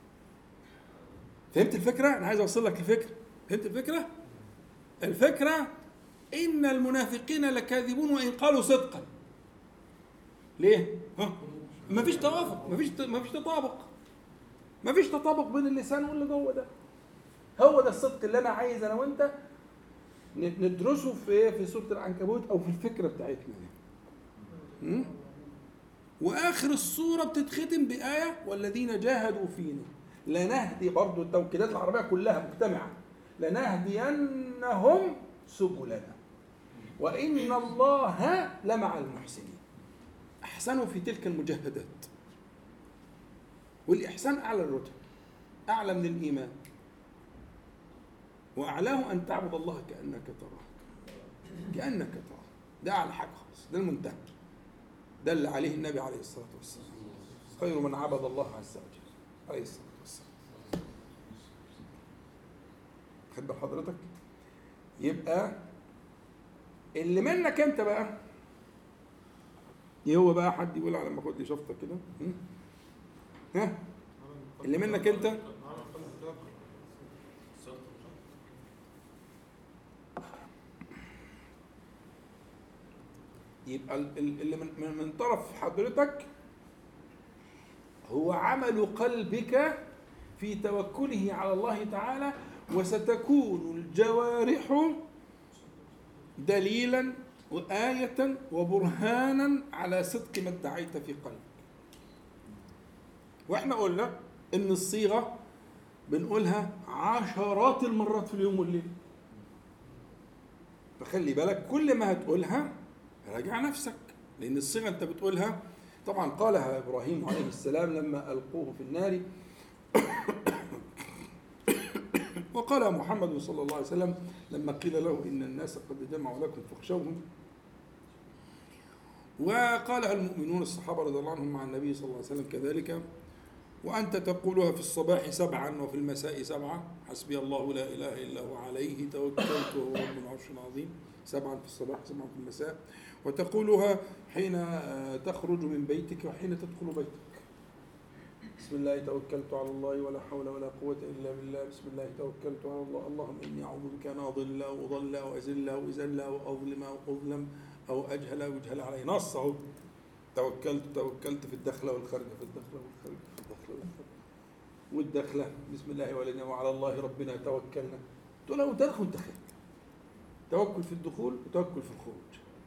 فهمت الفكرة؟ أنا عايز أوصل لك الفكرة. فهمت الفكرة؟ الفكرة إن المنافقين لكاذبون وإن قالوا صدقا. ليه؟ ها؟ مفيش توافق، مفيش مفيش تطابق، مفيش تطابق بين اللسان واللي جوه ده. هو ده الصدق اللي أنا عايز أنا وأنت ندرسه في في سورة العنكبوت أو في الفكرة بتاعتنا دي. وآخر السورة بتتختم بآية والذين جاهدوا فينا لنهدي، برضو التوكيدات العربية كلها مجتمعة، لنهدينهم سبلنا وإن الله لمع المحسنين. أحسنوا في تلك المجاهدات، والإحسان أعلى الرتب، أعلى من الإيمان، وأعلاه أن تعبد الله كأنك تراه، كأنك تراه، ده أعلى حاجة خالص، ده المنتهى، ده اللي عليه النبي عليه الصلاة والسلام، خير من عبد الله عز وجل عليه الصلاة والسلام. خد بحضرتك، يبقى اللي منك أنت بقى، ايه هو بقى؟ حد يقول على ما خد لي شفطه كده، ها؟ اللي منك انت يبقى اللي من, من طرف حضرتك هو عمل قلبك في توكله على الله تعالى، وستكون الجوارح دليلا وآية وبرهانا على صدق ما ادعيت في قلبك. واحنا قلنا ان الصيغة بنقولها عشرات المرات في اليوم والليل، فخلي بالك كل ما هتقولها راجع نفسك، لان الصيغة انت بتقولها طبعا قالها ابراهيم عليه السلام لما القوه في النار، وقال محمد صلى الله عليه وسلم لما قيل له إن الناس قد جمعوا لكم فاخشوهم، وقالها المؤمنون الصحابة رضي الله عنهم مع النبي صلى الله عليه وسلم كذلك. وأنت تقولها في الصباح سبعا وفي المساء سبعا، حسبي الله لا إله إلا هو عليه توكلت وهو رب العرش العظيم، سبعا في الصباح سبعا في المساء. وتقولها حين تخرج من بيتك وحين تدخل بيتك، بسم الله توكلت على الله ولا حول ولا قوة إلا بالله، بسم الله توكلت على الله، اللهم إني أعوذ بك أن أضل أو أضل أو أزل أو أزل أو أظلم أو أظلم أو أجهل أو يجهل علي. نص أهو، توكلت توكلت في الدخلة والخارجة، في الدخلة والخارجة، في الدخلة والخارجة والدخلة، بسم الله ولنا وعلى الله ربنا توكلنا. تقول له تدخل وانت خارج، توكل في الدخول وتوكل في الخروج.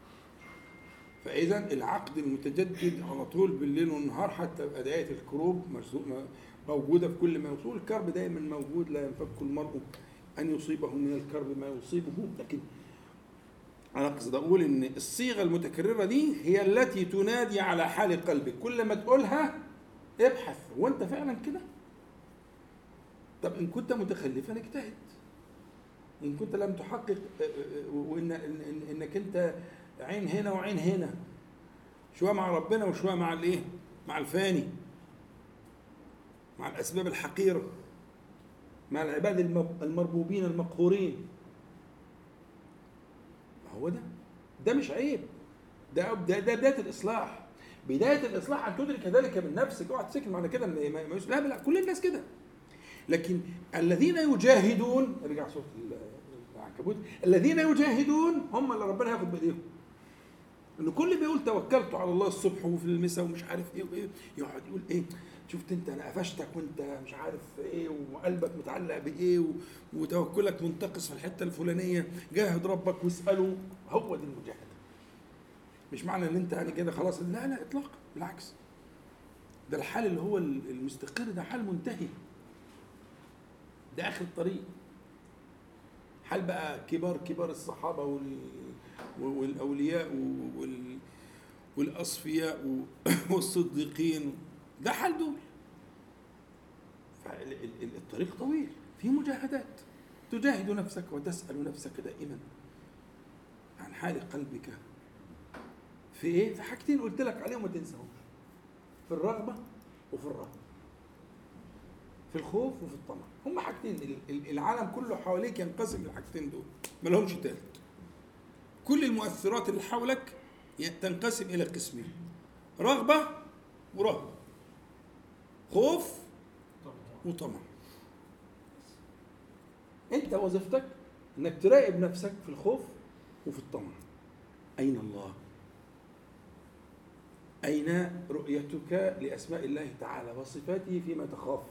فإذا العقد المتجدد على طول بالليل والنهار، حتى بداية الكروب موجودة في كل ما يصول، الكرب دائما موجود، لا ينفك المرء أن يصيبه من الكرب ما يصيبه. لكن أنا أقصد أقول إن الصيغة المتكررة دي هي التي تنادي على حال قلبك، كل ما تقولها ابحث وأنت فعلا كده. طب إن كنت متخلفا اجتهد، إن كنت لم تحقق وإن إن إنك أنت عين هنا وعين هنا، شوية مع ربنا وشوية مع الإيه؟ مع الفاني، مع الأسباب الحقيرة، مع العباد المربوبين المقهورين. هو ده ده مش عيب، ده ده ده بداية الإصلاح. بداية الإصلاح أن تدرك ذلك من نفسك. اوعى تسكن معنى كده لا لا كل الناس كده. لكن الذين يجاهدون، ارجع صوت العنكبوت، الذين يجاهدون هم اللي ربنا هياخد بايديهم. ان كل بيقول توكلت على الله الصبح وفي المساء ومش عارف ايه وايه، يقعد يقول ايه شفت انت انا قفشتك وانت مش عارف ايه وقلبك متعلق بايه وتوكلك منتقص في الحته الفلانيه، جاهد ربك واساله. هو دي المجاهده. مش معنى ان انت يعني كده خلاص، لا لا اطلاقا، بالعكس. ده الحال اللي هو المستقر، ده حال منتهي، ده اخر الطريق. حال بقى كبار كبار الصحابه والاولياء والاصفياء والصديقين، ده حال دول. فالطريق طويل، في مجاهدات، تجاهد نفسك وتسأل نفسك دائما عن حال قلبك في ايه؟ في حاجتين قلت لك عليهم ما تنساهمش، في الرغبة وفي الرهبة، في الخوف وفي الطمع. هم حاجتين العالم كله حواليك ينقسم للحاجتين دول، ما لهمش تالت. كل المؤثرات اللي حولك تنقسم إلى قسمين: رغبة ورهبة، خوف وطمع. انت وظيفتك انك تراقب نفسك في الخوف وفي الطمع. أين الله؟ أين رؤيتك لأسماء الله تعالى وصفاته فيما تخاف؟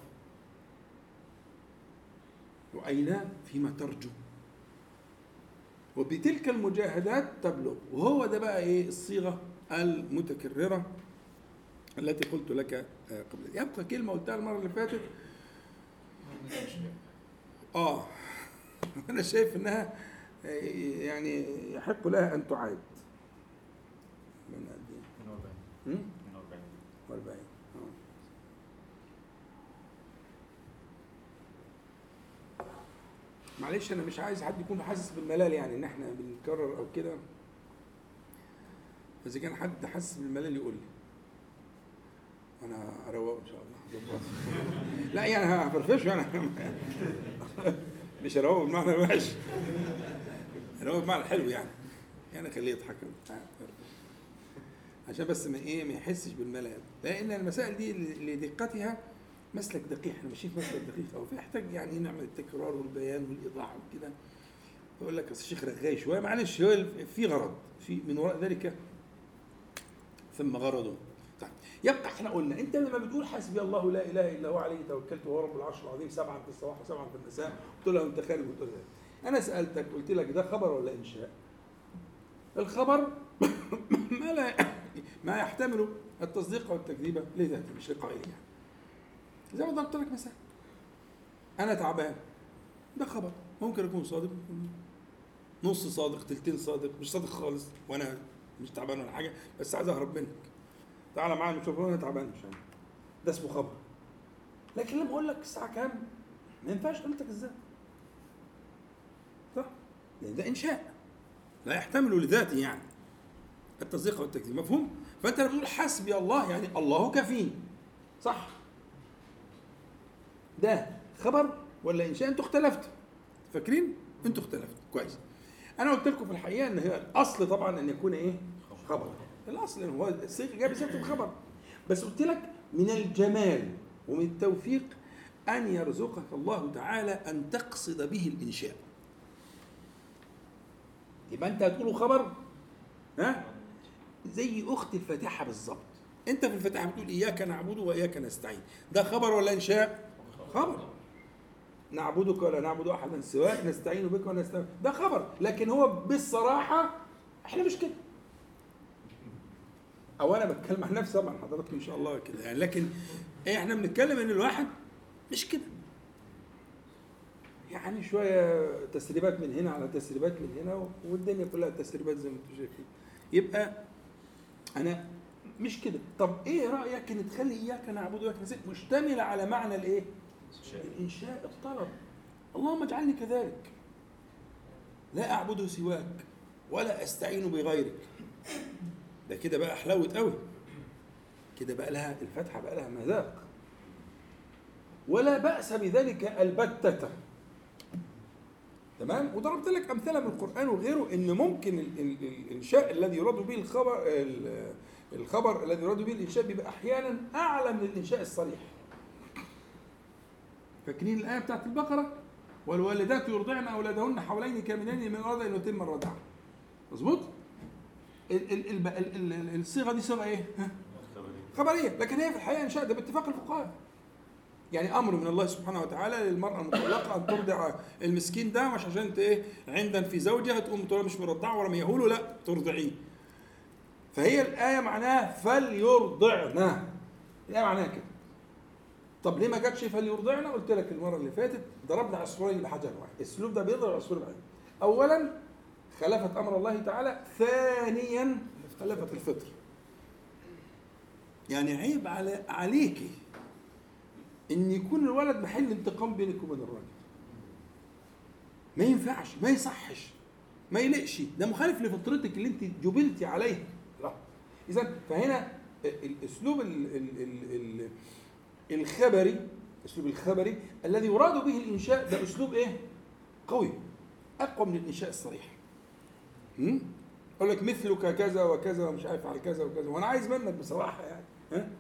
وأين فيما ترجو؟ وبتلك المجاهدات تبلغ. وهو ده بقى إيه الصيغة المتكررة التي قلت لك قبل. يبقى كلمة قلتها المرة اللي فاتت، آه أنا شايف إنها يعني يحق لها أن تعاد. من قد إيه؟ من أربعين. من أربعين. أربعين. معلش أنا مش عايز حد يكون حاسس بالملل، يعني إن إحنا بنكرر أو كده. فإذا كان حد حاسس بالملل يقول لي، وأنا أروقه إن شاء الله. لا يعني هفرفشه أنا مش هروقه بمعنى وحش، هروقه بمعنى حلو يعني، يعني خليه يضحك عشان بس ما إيه ما يحسش بالملل. لأن المسائل دي لدقتها مسلك دقيق، احنا ماشيين في مسلك دقيق، او فيحتاج يعني نعمل التكرار والبيان والايضاح وكده. يقول لك الشيخ رغاي شويه، معلش هو في غرض، في من وراء ذلك ثم غرض. طيب يبقى احنا قلنا انت لما بتقول حسبي الله لا اله الا هو عليه توكلت وهو رب العرش العظيم سبعا في الصباح وسبعا في المساء، قلت له انت خارج وتقول ده. انا سالتك قلت لك ده خبر ولا انشاء؟ الخبر ما لا ما يحتمل التصديق والتكذيب لذاته مش لقائله يعني. زي ما ضربت لك مثلا، أنا تعبان، ده خبر، ممكن أكون صادق، نص صادق، تلتين صادق، مش صادق خالص، وأنا مش تعبان ولا حاجة، بس عايز أهرب منك. تعالى معايا الميكروفون وأنا تعبان مش عارف. ده اسمه خبر. لكن لما أقول لك الساعة كام، ما ينفعش قلتك إزاي؟ صح؟ لأن ده إنشاء لا يحتمل لذاته يعني التصديق والتكذيب، مفهوم؟ فأنت لما بتقول حسبي الله يعني الله كفيني، صح؟ ده خبر ولا إنشاء؟ أنتوا اختلفتوا، فاكرين؟ أنتوا اختلفتوا كويس. أنا قلت لكم في الحقيقة إن هي الأصل طبعا أن يكون إيه؟ خبر. الأصل إن هو الصيغة جاية بصيغة الخبر، بس قلت لك من الجمال ومن التوفيق أن يرزقك الله تعالى أن تقصد به الإنشاء. يبقى أنت هتقوله خبر، ها؟ زي أخت الفاتحة بالظبط. أنت في الفاتحة بتقول إياك نعبد وإياك نستعين، ده خبر ولا إنشاء؟ خبر. نعبدك ولا نعبد احدا سواك نستعين بك ونستعين، ده خبر. لكن هو بالصراحه احنا مش كده، او انا بتكلم عن نفسي طبعا، حضراتكم ان شاء الله كده يعني، لكن احنا بنتكلم ان الواحد مش كده يعني، شويه تسريبات من هنا على تسريبات من هنا، والدنيا كلها تسريبات زي ما انتم شايفين. يبقى انا مش كده. طب ايه رايك ان تخلي اياك نعبد واياك نستعين مشتمله على معنى الايه؟ الإنشاء، الطلب. اللهم اجعلني كذلك. لا أعبد سواك ولا أستعين بغيرك. ده كده بقى حلاوة قوي، كده بقى لها الفتحة بقى لها مذاق. ولا بأس بذلك البتة. تمام. وضربت لك أمثلة من القرآن وغيره إن ممكن الإنشاء الذي يراد به الخبر الخبر الذي يراد به الإنشاء بيبقى أحيانا أعلى من الإنشاء الصريح. فاكرين الآية بتاعت البقرة؟ والوالدات يرضعن أولادهن حولين كاملين من أراد أن يتم الرضاعة. مظبوط؟ الصيغة دي صيغة إيه؟ خبرية، لكن هي في الحقيقة إنشاء ده باتفاق الفقهاء. يعني أمر من الله سبحانه وتعالى للمرأة المطلقة أن ترضع المسكين ده، مش عشان إيه عندن في زوجها تقوم تقول مش مرضعه ولا ميهوله، لا ترضعيه. فهي الآية معناها فليرضعنا، الآية معناها كده. طب ليه ما جاتش فليرضعنا؟ قلت لك المرة اللي فاتت ضربنا عصفورين بحجر واحد. الأسلوب ده بيضرب عصفورين بحجر. أولا خلفت أمر الله تعالى، ثانيا خلفت الفطر. يعني عيب على عليكي ان يكون الولد محل انتقام بينك وبين الراجل. ما ينفعش، ما يصحش، ما يلقش، ده مخالف لفطرتك اللي انت جبلتي عليه. لا. اذا فهنا الاسلوب ال ال ال ال الخبري، الاسلوب الخبري الذي يراد به الانشاء ده اسلوب ايه؟ قوي، اقوى من الانشاء الصريح. امم اقول لك مثلك كذا وكذا ومش عارف على كذا وكذا، وانا عايز منك بصراحه يعني، ها؟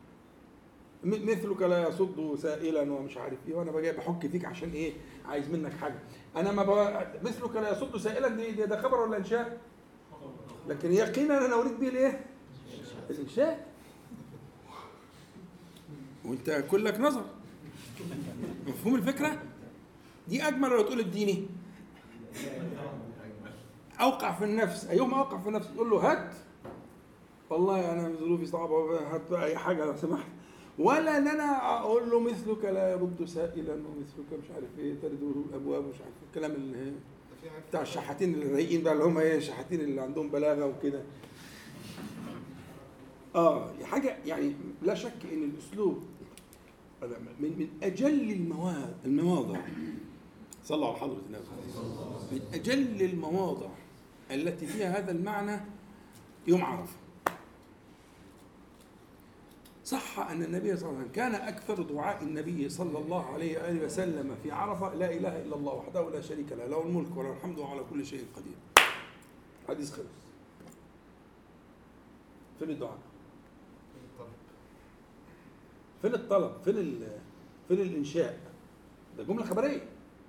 مثلك لا يصد سائلا ومش عارف ايه، وانا باجي بحك فيك عشان ايه؟ عايز منك حاجه. انا ما ب... مثلك لا يصد سائلا دي, دي ده خبر ولا انشاء؟ لكن يقينا انا اريد به الايه؟ الانشاء. وانت كلك نظر. مفهوم الفكره؟ دي اجمل لو تقول اديني. اوقع في النفس، ايهما اوقع في النفس؟ تقول له هات، والله انا ظروفي صعبه هات بقى اي حاجه لو سمحت، ولا ان انا اقول له مثلك لا يرد سائلا ومثلك مش عارف ايه ترده الابواب ومش عارف الكلام اللي بتاع الشحاتين الرايقين بقى اللي هم ايه الشحاتين اللي عندهم بلاغه وكده. اه حاجه يعني لا شك ان الاسلوب من من اجل المواضع المواضع صلوا على حضره النبي، من اجل المواضع التي فيها هذا المعنى يوم عرفه. صح أن النبي صلى الله عليه وسلم كان أكثر دعاء النبي صلى الله عليه وآله وسلم في عرفة لا إله إلا الله وحده لا شريك له له الملك وله الحمد وهو على كل شيء قدير. حديث خلص. فين الدعاء؟ فين الطلب؟ فين ال فين الإنشاء؟ ده جملة خبرية.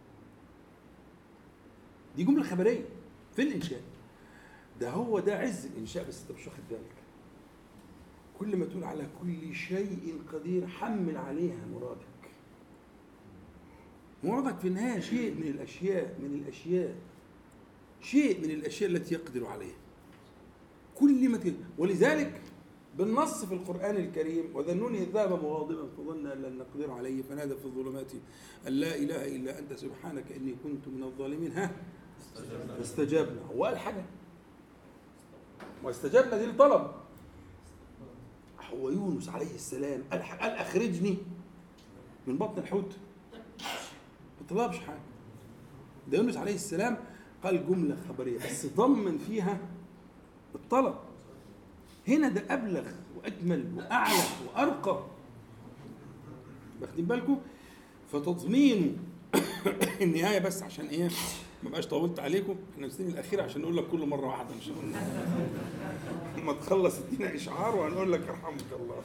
دي جملة خبرية. فين الإنشاء؟ ده هو ده عز الإنشاء، بس أنت مش واخد بالك. كل ما تقول على كل شيء قدير حمل عليها مرادك. مرادك في النهاية شيء من الأشياء من الأشياء شيء من الأشياء التي يقدر عليها. كل ما تقول. ولذلك بالنص في القرآن الكريم وذنوني إذ ذهب مغاضبا فظن أن لن نقدر عليه فنادى في الظلمات أن لا إله إلا أنت سبحانك إني كنت من الظالمين. ها فاستجبنا. هو قال حاجة واستجبنا دي الطلب. هو يونس عليه السلام قال قال أخرجني من بطن الحوت، ما طلبش حاجة. ده يونس عليه السلام قال جملة خبرية بس ضمن فيها الطلب. هنا ده أبلغ وأجمل وأعلى وأرقى. واخدين بالكم؟ فتضمين النهاية بس عشان إيه ما بقاش طولت عليكم، احنا السنين الأخيرة عشان نقول لك كل مرة واحدة إن شاء الله. لما تخلص ادينا إشعار وهنقول لك يرحمك الله.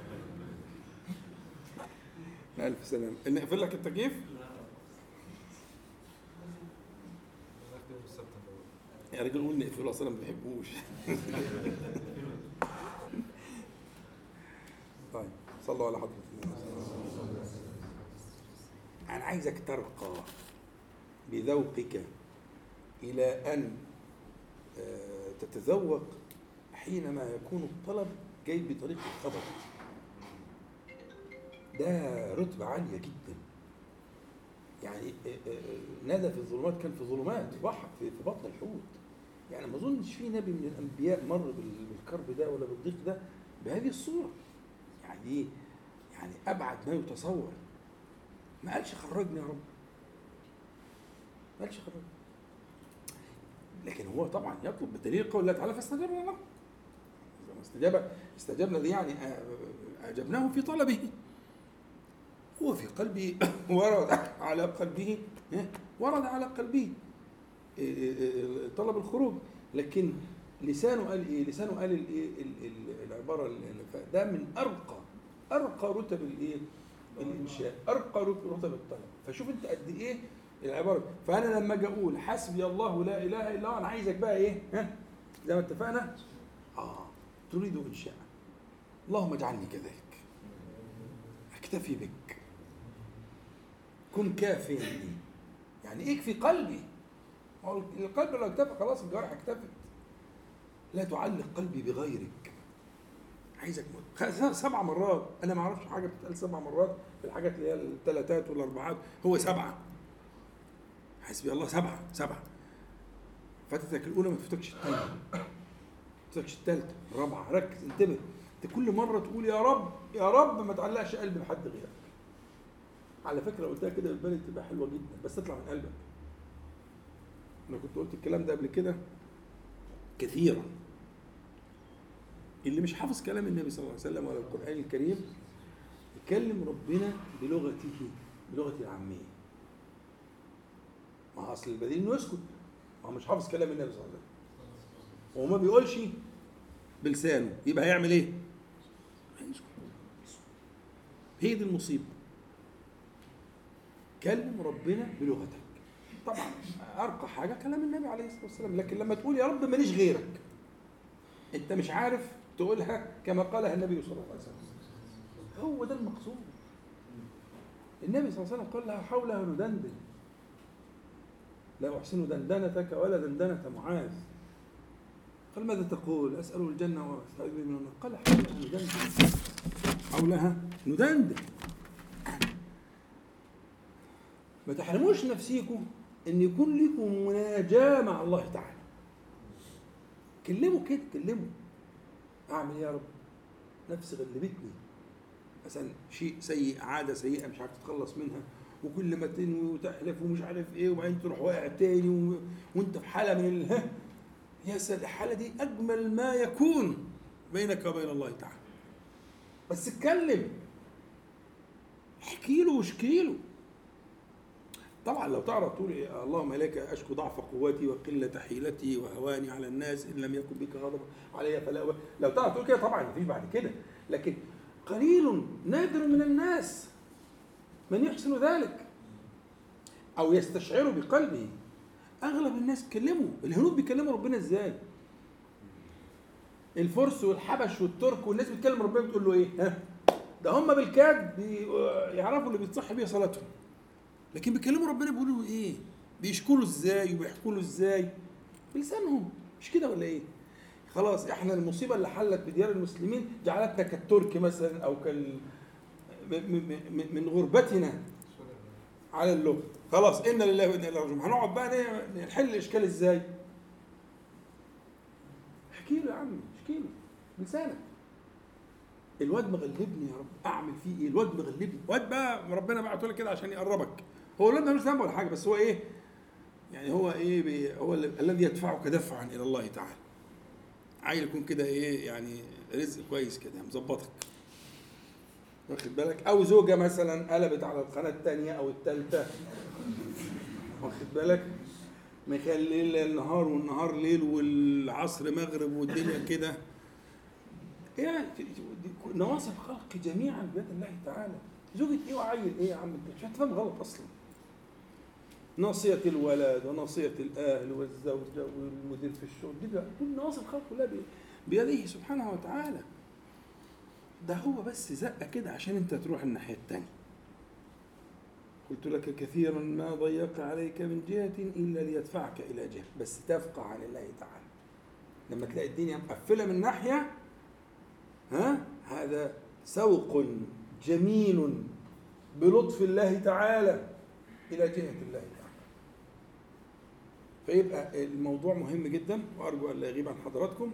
ألف سلام. نقفل لك التكييف؟ يا رجل قول نقفله أصلا ما بحبوش. طيب صلوا على حضرة النبي. أنا عايزك ترقى بذوقك إلى أن تتذوق حينما يكون الطلب جاي بطريق الخبر. ده رتبة عالية جدا. يعني نادى في الظلمات كان في ظلمات بحر في بطن الحوت. يعني ما اظنش في نبي من الأنبياء مر بالكرب ده ولا بالضيق ده بهذه الصورة. يعني يعني أبعد ما يتصور. ما قالش خرجني يا رب، ما قالش خرجني. لكن هو طبعا يطلب بدليل قول الله تعالى فاستجبنا له. استجاب استجبنا دي يعني أجبناه في طلبه، هو في قلبه ورد على قلبه ورد على قلبه طلب الخروج، لكن لسانه قال ايه؟ لسانه قال الايه العباره ده من ارقى ارقى رتب الايه الانشاء، ارقى رتب الطلب. فشوف انت قد ايه العباره. فانا لما اجي اقول حسبي الله لا اله الا الله، انا عايزك بقى ايه؟ ها زي ما اتفقنا، اه تريد انشاء، اللهم اجعلني كذلك، اكتفي بك، كن كافيا لي، يعني اكفي قلبي. القلب لو اكتفى خلاص الجوارح اكتفت. لا تعلق قلبي بغيرك، عايزك سبع مرات. انا ما اعرفش حاجه بتتقال سبع مرات في الحاجات اللي هي الثلاثات والاربعات، هو سبعه. حسبي الله سبعه سبعه. فاتتك الاولى ما تفوتكش الثانيه، ما تفوتكش الثالثه الرابعه. ركز انتبه، انت كل مره تقول يا رب يا رب، ما تعلقش قلبي بحد غيرك. على فكره قلتها كده بالبالي تبقى حلوه جدا، بس تطلع من قلبك. انا كنت قلت الكلام ده قبل كده كثيرا. اللي مش حافظ كلام النبي صلى الله عليه وسلم ولا القرآن الكريم يكلم ربنا بلغته، بلغة العامية. ما أصل البديل إنه يسكت، ما هو مش حافظ كلام النبي صلى الله عليه وسلم وما بيقولش بلسانه، يبقى هيعمل إيه؟ هيسكت. هي دي المصيبة. كلم ربنا بلغتك. طبعا أرقى حاجة كلام النبي عليه الصلاة والسلام، لكن لما تقول يا رب ماليش غيرك، أنت مش عارف تقولها كما قالها النبي صلى الله عليه وسلم. هو ده المقصود. النبي صلى الله عليه وسلم قال لها حولها ندندن، لا أحسن دندنتك ولا دندنة معاذ. قال ماذا تقول؟ أسأل الجنة وأستعيذ من النار. قال حولها ندندن، حولها ندندن. ما تحرموش نفسيكم ان يكون لكم مناجاة مع الله تعالى. كلموا كده، كلموا. اعمل يا رب، نفسي غلبتني مثلا، شيء سيء، عادة سيئة مش عارف تتخلص منها، وكل ما تنوي وتحلف ومش عارف ايه، وبعدين تروح واقع تاني و... وانت في حالة من ال... يا سيد الحالة دي اجمل ما يكون بينك وبين الله تعالى. بس اتكلم، احكي له واشكي له. طبعا لو تعرف تقول اللهم اليك اشكو ضعف قوتي وقله حيلتي وهواني على الناس ان لم يكن بك غضب علي فلا أبا. لو تعرف تقول كده طبعا مفيش بعد كده، لكن قليل نادر من الناس من يحسن ذلك او يستشعر بقلبه. اغلب الناس كلموا. الهنود بيكلموا ربنا ازاي؟ الفرس والحبش والترك والناس بتكلم ربنا بتقول له ايه؟ ها ده هم بالكاد يعرفوا اللي بيتصح بيه صلاتهم، لكن بيكلموا ربنا بيقولوا ايه؟ بيشكوا له ازاي وبيحكوا له ازاي؟ بلسانهم. مش كده ولا ايه؟ خلاص احنا المصيبه اللي حلت بديار المسلمين جعلتنا كالترك مثلا او كال من غربتنا على اللغه. خلاص انا لله وانا اليه راجعون. هنقعد بقى نحل الاشكال ازاي؟ احكي له يا عم، احكي له بلسانك. الواد مغلبني يا رب، اعمل فيه ايه؟ الواد مغلبني. الواد بقى ربنا بعته لك كده عشان يقربك. هو الواد ملوش ذنب ولا حاجه، بس هو ايه؟ يعني هو ايه؟ هو الذي يدفعك دفعا الى الله تعالى. عايز يكون كده ايه؟ يعني رزق كويس كده مظبطك، واخد بالك؟ او زوجه مثلا قلبت على القناه الثانيه او الثالثه، واخد بالك؟ مخلي النهار والنهار ليل والعصر مغرب والدنيا كده. يعني نواصي الخلق جميعا بيد الله تعالى. زوجة ايه وعيل ايه يا عم؟ انت مش هتفهم غلط اصلا. ناصية الولد وناصية الاهل والزوجة والمدير في الشغل، دي كل نواصي الخلق كلها بيده سبحانه وتعالى. ده هو بس زقة كده عشان انت تروح الناحية التانية. قلت لك كثيرا ما ضيق عليك من جهة إلا ليدفعك إلى جهة، بس تفقع عن الله تعالى. لما تلاقي الدنيا مقفلة من ناحية، ها هذا سوق جميل بلطف الله تعالى إلى جهة الله تعالى. فيبقى الموضوع مهم جدا، وأرجو أن لا يغيب عن حضراتكم.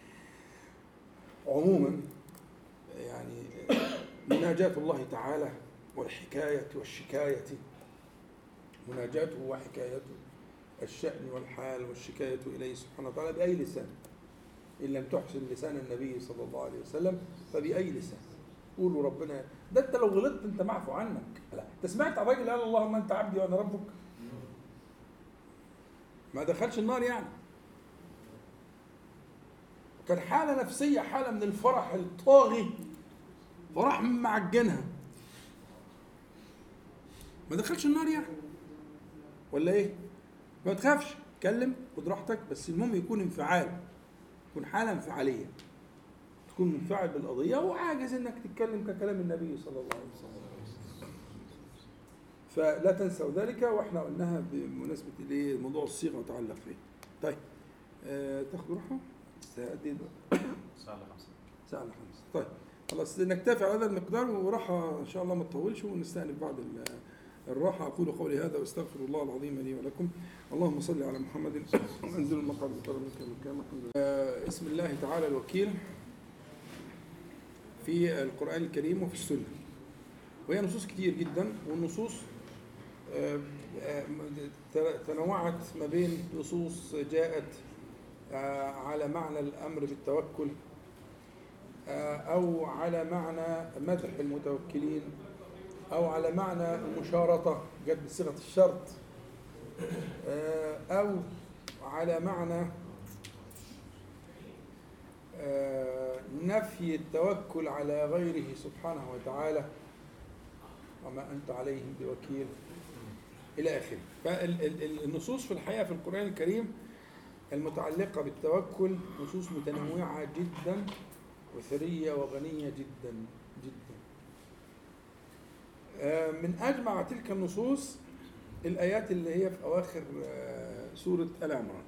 عموما يعني مناجاة الله تعالى والحكاية والشكاية، مناجاته وحكايته الشأن والحال والشكاية إليه سبحانه وتعالى بأي لسان، إن لم تحسن لسان النبي صلى الله عليه وسلم فبأي لسان. قولوا ربنا، ده أنت لو غلطت أنت معفو عنك. لا، أنت سمعت الراجل قال اللهم أنت عبدي وأنا ربك، ما دخلش النار يعني، كان حالة نفسية، حالة من الفرح الطاغي، فرح معجنها، ما دخلش النار يعني، ولا ايه؟ ما تخافش، اتكلم خد راحتك، بس المهم يكون انفعال، يكون حالة انفعالية، تكون منفعل بالقضية وعاجز انك تتكلم ككلام النبي صلى الله عليه وسلم. فلا تنسوا ذلك، واحنا قلناها بمناسبة الايه موضوع الصيغة وتعلق فيه. طيب أه تاخدوا راحة؟ الساعة قد ايه دلوقتي؟ الساعة خمسة. الساعة خمسة. طيب خلاص نكتفي على هذا المقدار، وراحة ان شاء الله ما تطولش، ونستأنف بعد الراحة. أقول قولي هذا واستغفر الله العظيم لي ولكم. اللهم صل على محمد وانزل المقعد المقرب منك المكان. آه اسم الله تعالى الوكيل في القرآن الكريم وفي السنة، وهي نصوص كتير جدا، والنصوص آه آه تنوعت ما بين نصوص جاءت آه على معنى الأمر بالتوكل، آه أو على معنى مدح المتوكلين، أو على معنى المشارطة جت بصيغة الشرط، أو على معنى نفي التوكل على غيره سبحانه وتعالى، وما أنت عليهم بوكيل إلى آخره. فالنصوص في الحقيقة في القرآن الكريم المتعلقة بالتوكل نصوص متنوعة جدا وثرية وغنية جدا جدا. من أجمع تلك النصوص الآيات اللي هي في أواخر سورة آل عمران،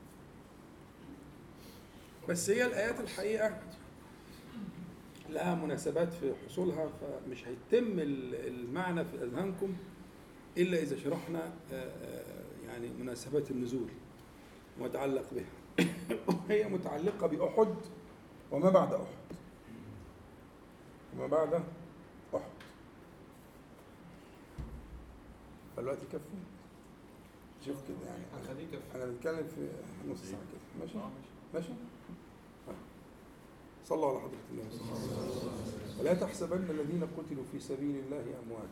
بس هي الآيات الحقيقة لها مناسبات في حصولها، فمش هيتم المعنى في أذهانكم إلا إذا شرحنا يعني مناسبات النزول ومتعلق بها. وهي متعلقة بأحد وما بعد أحد وما بعد أحد. فالوقت يكفي؟ شوف كده يعني أنا بتكلم في نص ساعة كده، ماشي؟ ماشي؟ صلوا على حضرة الله صلى الله عليه وسلم. ولا تحسبن الذين قتلوا في سبيل الله أموات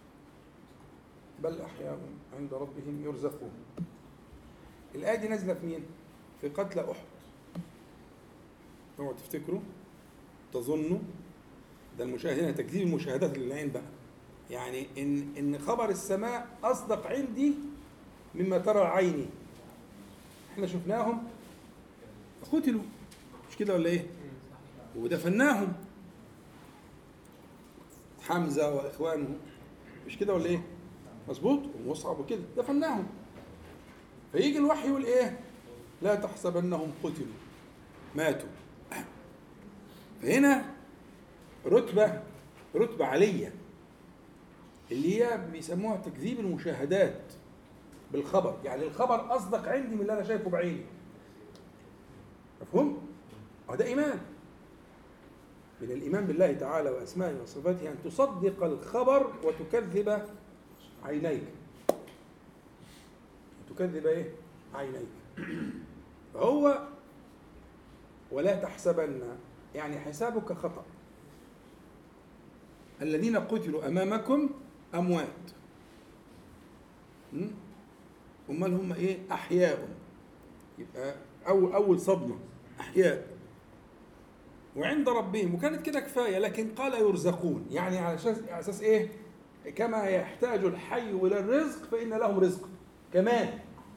بل أحياء عند ربهم يرزقون. الآية دي نازلة في مين؟ في قتل أحد. اوعوا تفتكروا تظنوا ده المشاهد هنا تكذيب المشاهدات للعين بقى، يعني إن إن خبر السماء أصدق عندي مما ترى عيني. إحنا شفناهم قتلوا، مش كده ولا إيه؟ ودفناهم حمزة وإخوانه، مش كده ولا إيه؟ مظبوط، ومصعب وكده دفناهم. فيجي الوحي يقول إيه؟ لا تحسبنهم قتلوا ماتوا. فهنا رتبة رتبة عالية اللي هي بيسموها تكذيب المشاهدات بالخبر، يعني الخبر أصدق عندي من اللي أنا شايفه بعيني. مفهوم؟ وده إيمان من الإيمان بالله تعالى وأسمائه وصفاته، أن تصدق الخبر وتكذب عينيك. تكذب إيه؟ عينيك. فهو ولا تحسبن يعني حسابك خطأ. الذين قتلوا أمامكم أموات، أمال هم إيه؟ أحياء. يبقى أول أول صدمة أحياء وعند ربهم، وكانت كده كفاية، لكن قال يرزقون، يعني على أساس إيه؟ كما يحتاج الحي إلى الرزق فإن لهم رزق كمان.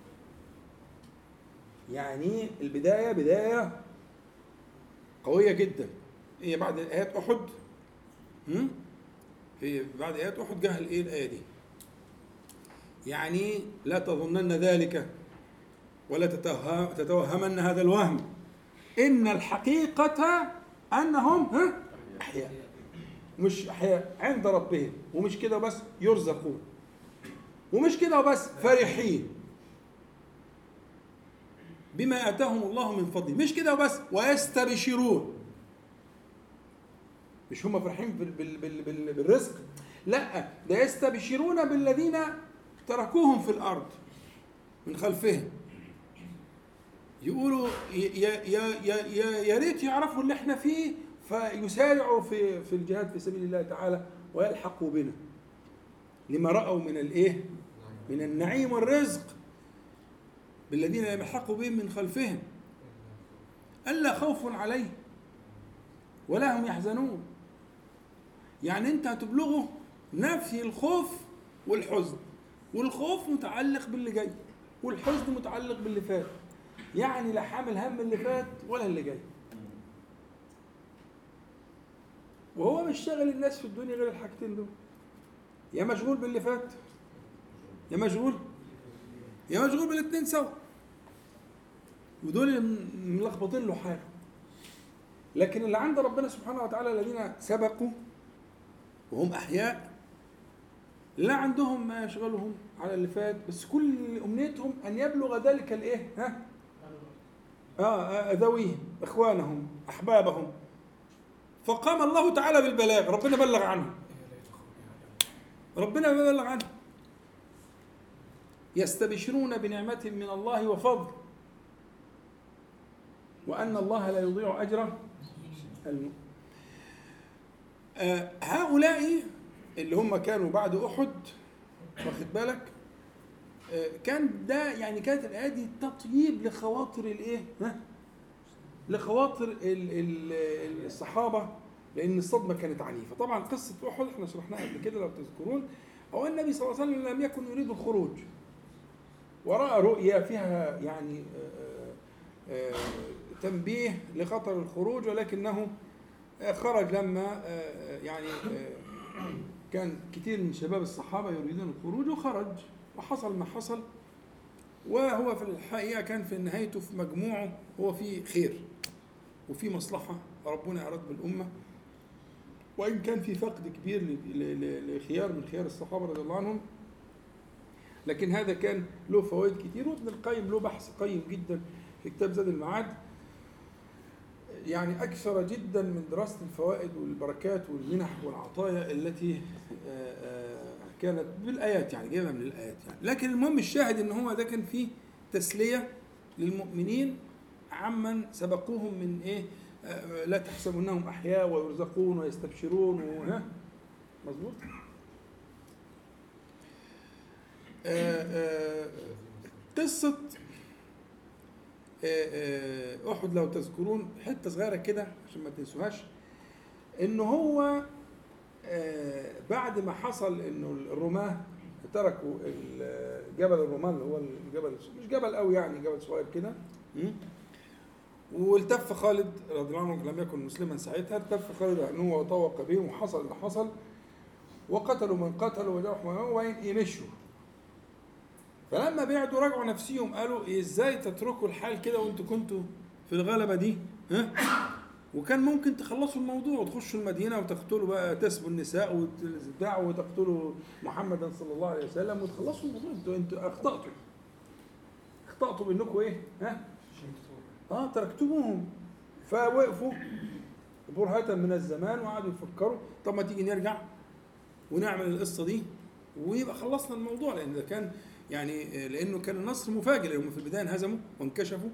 يعني البداية بداية قوية جدا. هي بعد آيات أحد في بعد آيات أحد جه الإيه الآية دي، يعني لا تظنن ذلك ولا تتوهمن هذا الوهم، إن الحقيقة أنهم أحياء، مش أحياء عند ربهم، ومش كده بس يرزقون، ومش كده بس فرحين بما آتاهم الله من فضله، مش كده بس ويستبشرون. مش هم فرحين بال بال بال بالرزق، لا، ده يستبشرون بالذين تركوهم في الأرض من خلفهم، يقولوا يا يا يا يا يا ريت يعرفوا اللي احنا فيه فيسارعوا في في الجهاد في سبيل الله تعالى ويلحقوا بنا لما رأوا من الايه؟ من النعيم والرزق بالذين لم يلحقوا بهم من خلفهم ألا خوف عليه ولا هم يحزنون. يعني انت هتبلغوا نفي الخوف والحزن، والخوف متعلق باللي جاي والحزن متعلق باللي فات، يعني لا حامل هم اللي فات ولا اللي جاي. وهو مش شاغل الناس في الدنيا غير الحاجتين دول، يا مشغول باللي فات يا مشغول يا مشغول بالاثنين سوا، ودول ملخبطين له حاله. لكن اللي عند ربنا سبحانه وتعالى الذين سبقوا وهم أحياء لا عندهم ما يشغلهم على اللي فات، بس كل أمنيتهم أن يبلغ ذلك الإيه؟ ها؟ آه ذويهم إخوانهم أحبابهم. فقام الله تعالى بالبلاغ، ربنا بلغ عنه ربنا بلغ عنه يستبشرون بنعمة من الله وفضل وأن الله لا يضيع أجر المؤمنين. آه هؤلاء اللي هم كانوا بعد أحد، واخد بالك، آه كان ده يعني كانت الآية دي تطيب لخواطر الإيه؟ ها؟ لخواطر ال ال الصحابة، لأن الصدمة كانت عنيفة. طبعا قصة أحد احنا شرحناها قبل كده لو تذكرون. هو النبي صلى الله عليه وسلم لم يكن يريد الخروج، ورأى رؤيا فيها يعني آه آه تنبيه لخطر الخروج، ولكنه خرج لما يعني كان كثير من شباب الصحابة يريدون الخروج، وخرج وحصل ما حصل. وهو في الحقيقة كان في نهايته في مجموعه هو في خير وفي مصلحة ربنا أراد بالأمة، وإن كان في فقد كبير لخيار من خيار الصحابة رضي الله عنهم، لكن هذا كان له فوائد كتير. وابن القيم له بحث قيم جدا في كتاب زاد المعاد، يعني أكثر جدا من دراسة الفوائد والبركات والمنح والعطايا التي كانت بالآيات، يعني جايبها من الآيات يعني. لكن المهم الشاهد إن هو ده كان فيه تسلية للمؤمنين عمن سبقوهم من إيه؟ لا تحسبونهم أحياء ويرزقون ويستبشرون وها مظبوط. قصة أحد لو تذكرون حتة صغيرة كده عشان ما تنسوهاش، إنه هو بعد ما حصل إنه الرماة تركوا جبل الرماة اللي هو الجبل مش جبل قوي يعني جبل صغير كده، والتف خالد رضي الله عنه لم يكن مسلما ساعتها، التف خالد عنه وطوق بهم وحصل اللي حصل وقتلوا من قتلوا وجرحوا من وين يمشوا. فلما بعدوا رجعوا نفسيهم قالوا ازاي تتركوا الحال كده وانتوا كنتوا في الغلبة دي، ها؟ وكان ممكن تخلصوا الموضوع وتخشوا المدينة وتقتلوا بقى تسبوا النساء وتدعوا وتقتلوا محمدا صلى الله عليه وسلم وتخلصوا الموضوع. انتوا انتوا اخطأتوا اخطأتوا بانكم ايه؟ ها؟ اه تركتوهم. فوقفوا برهة من الزمان وقعدوا يفكروا طب ما تيجي نرجع ونعمل القصة دي ويبقى خلصنا الموضوع، لان ده كان يعني لانه كان النصر مفاجئ، لانهم في البدايه انهزموا وانكشفوا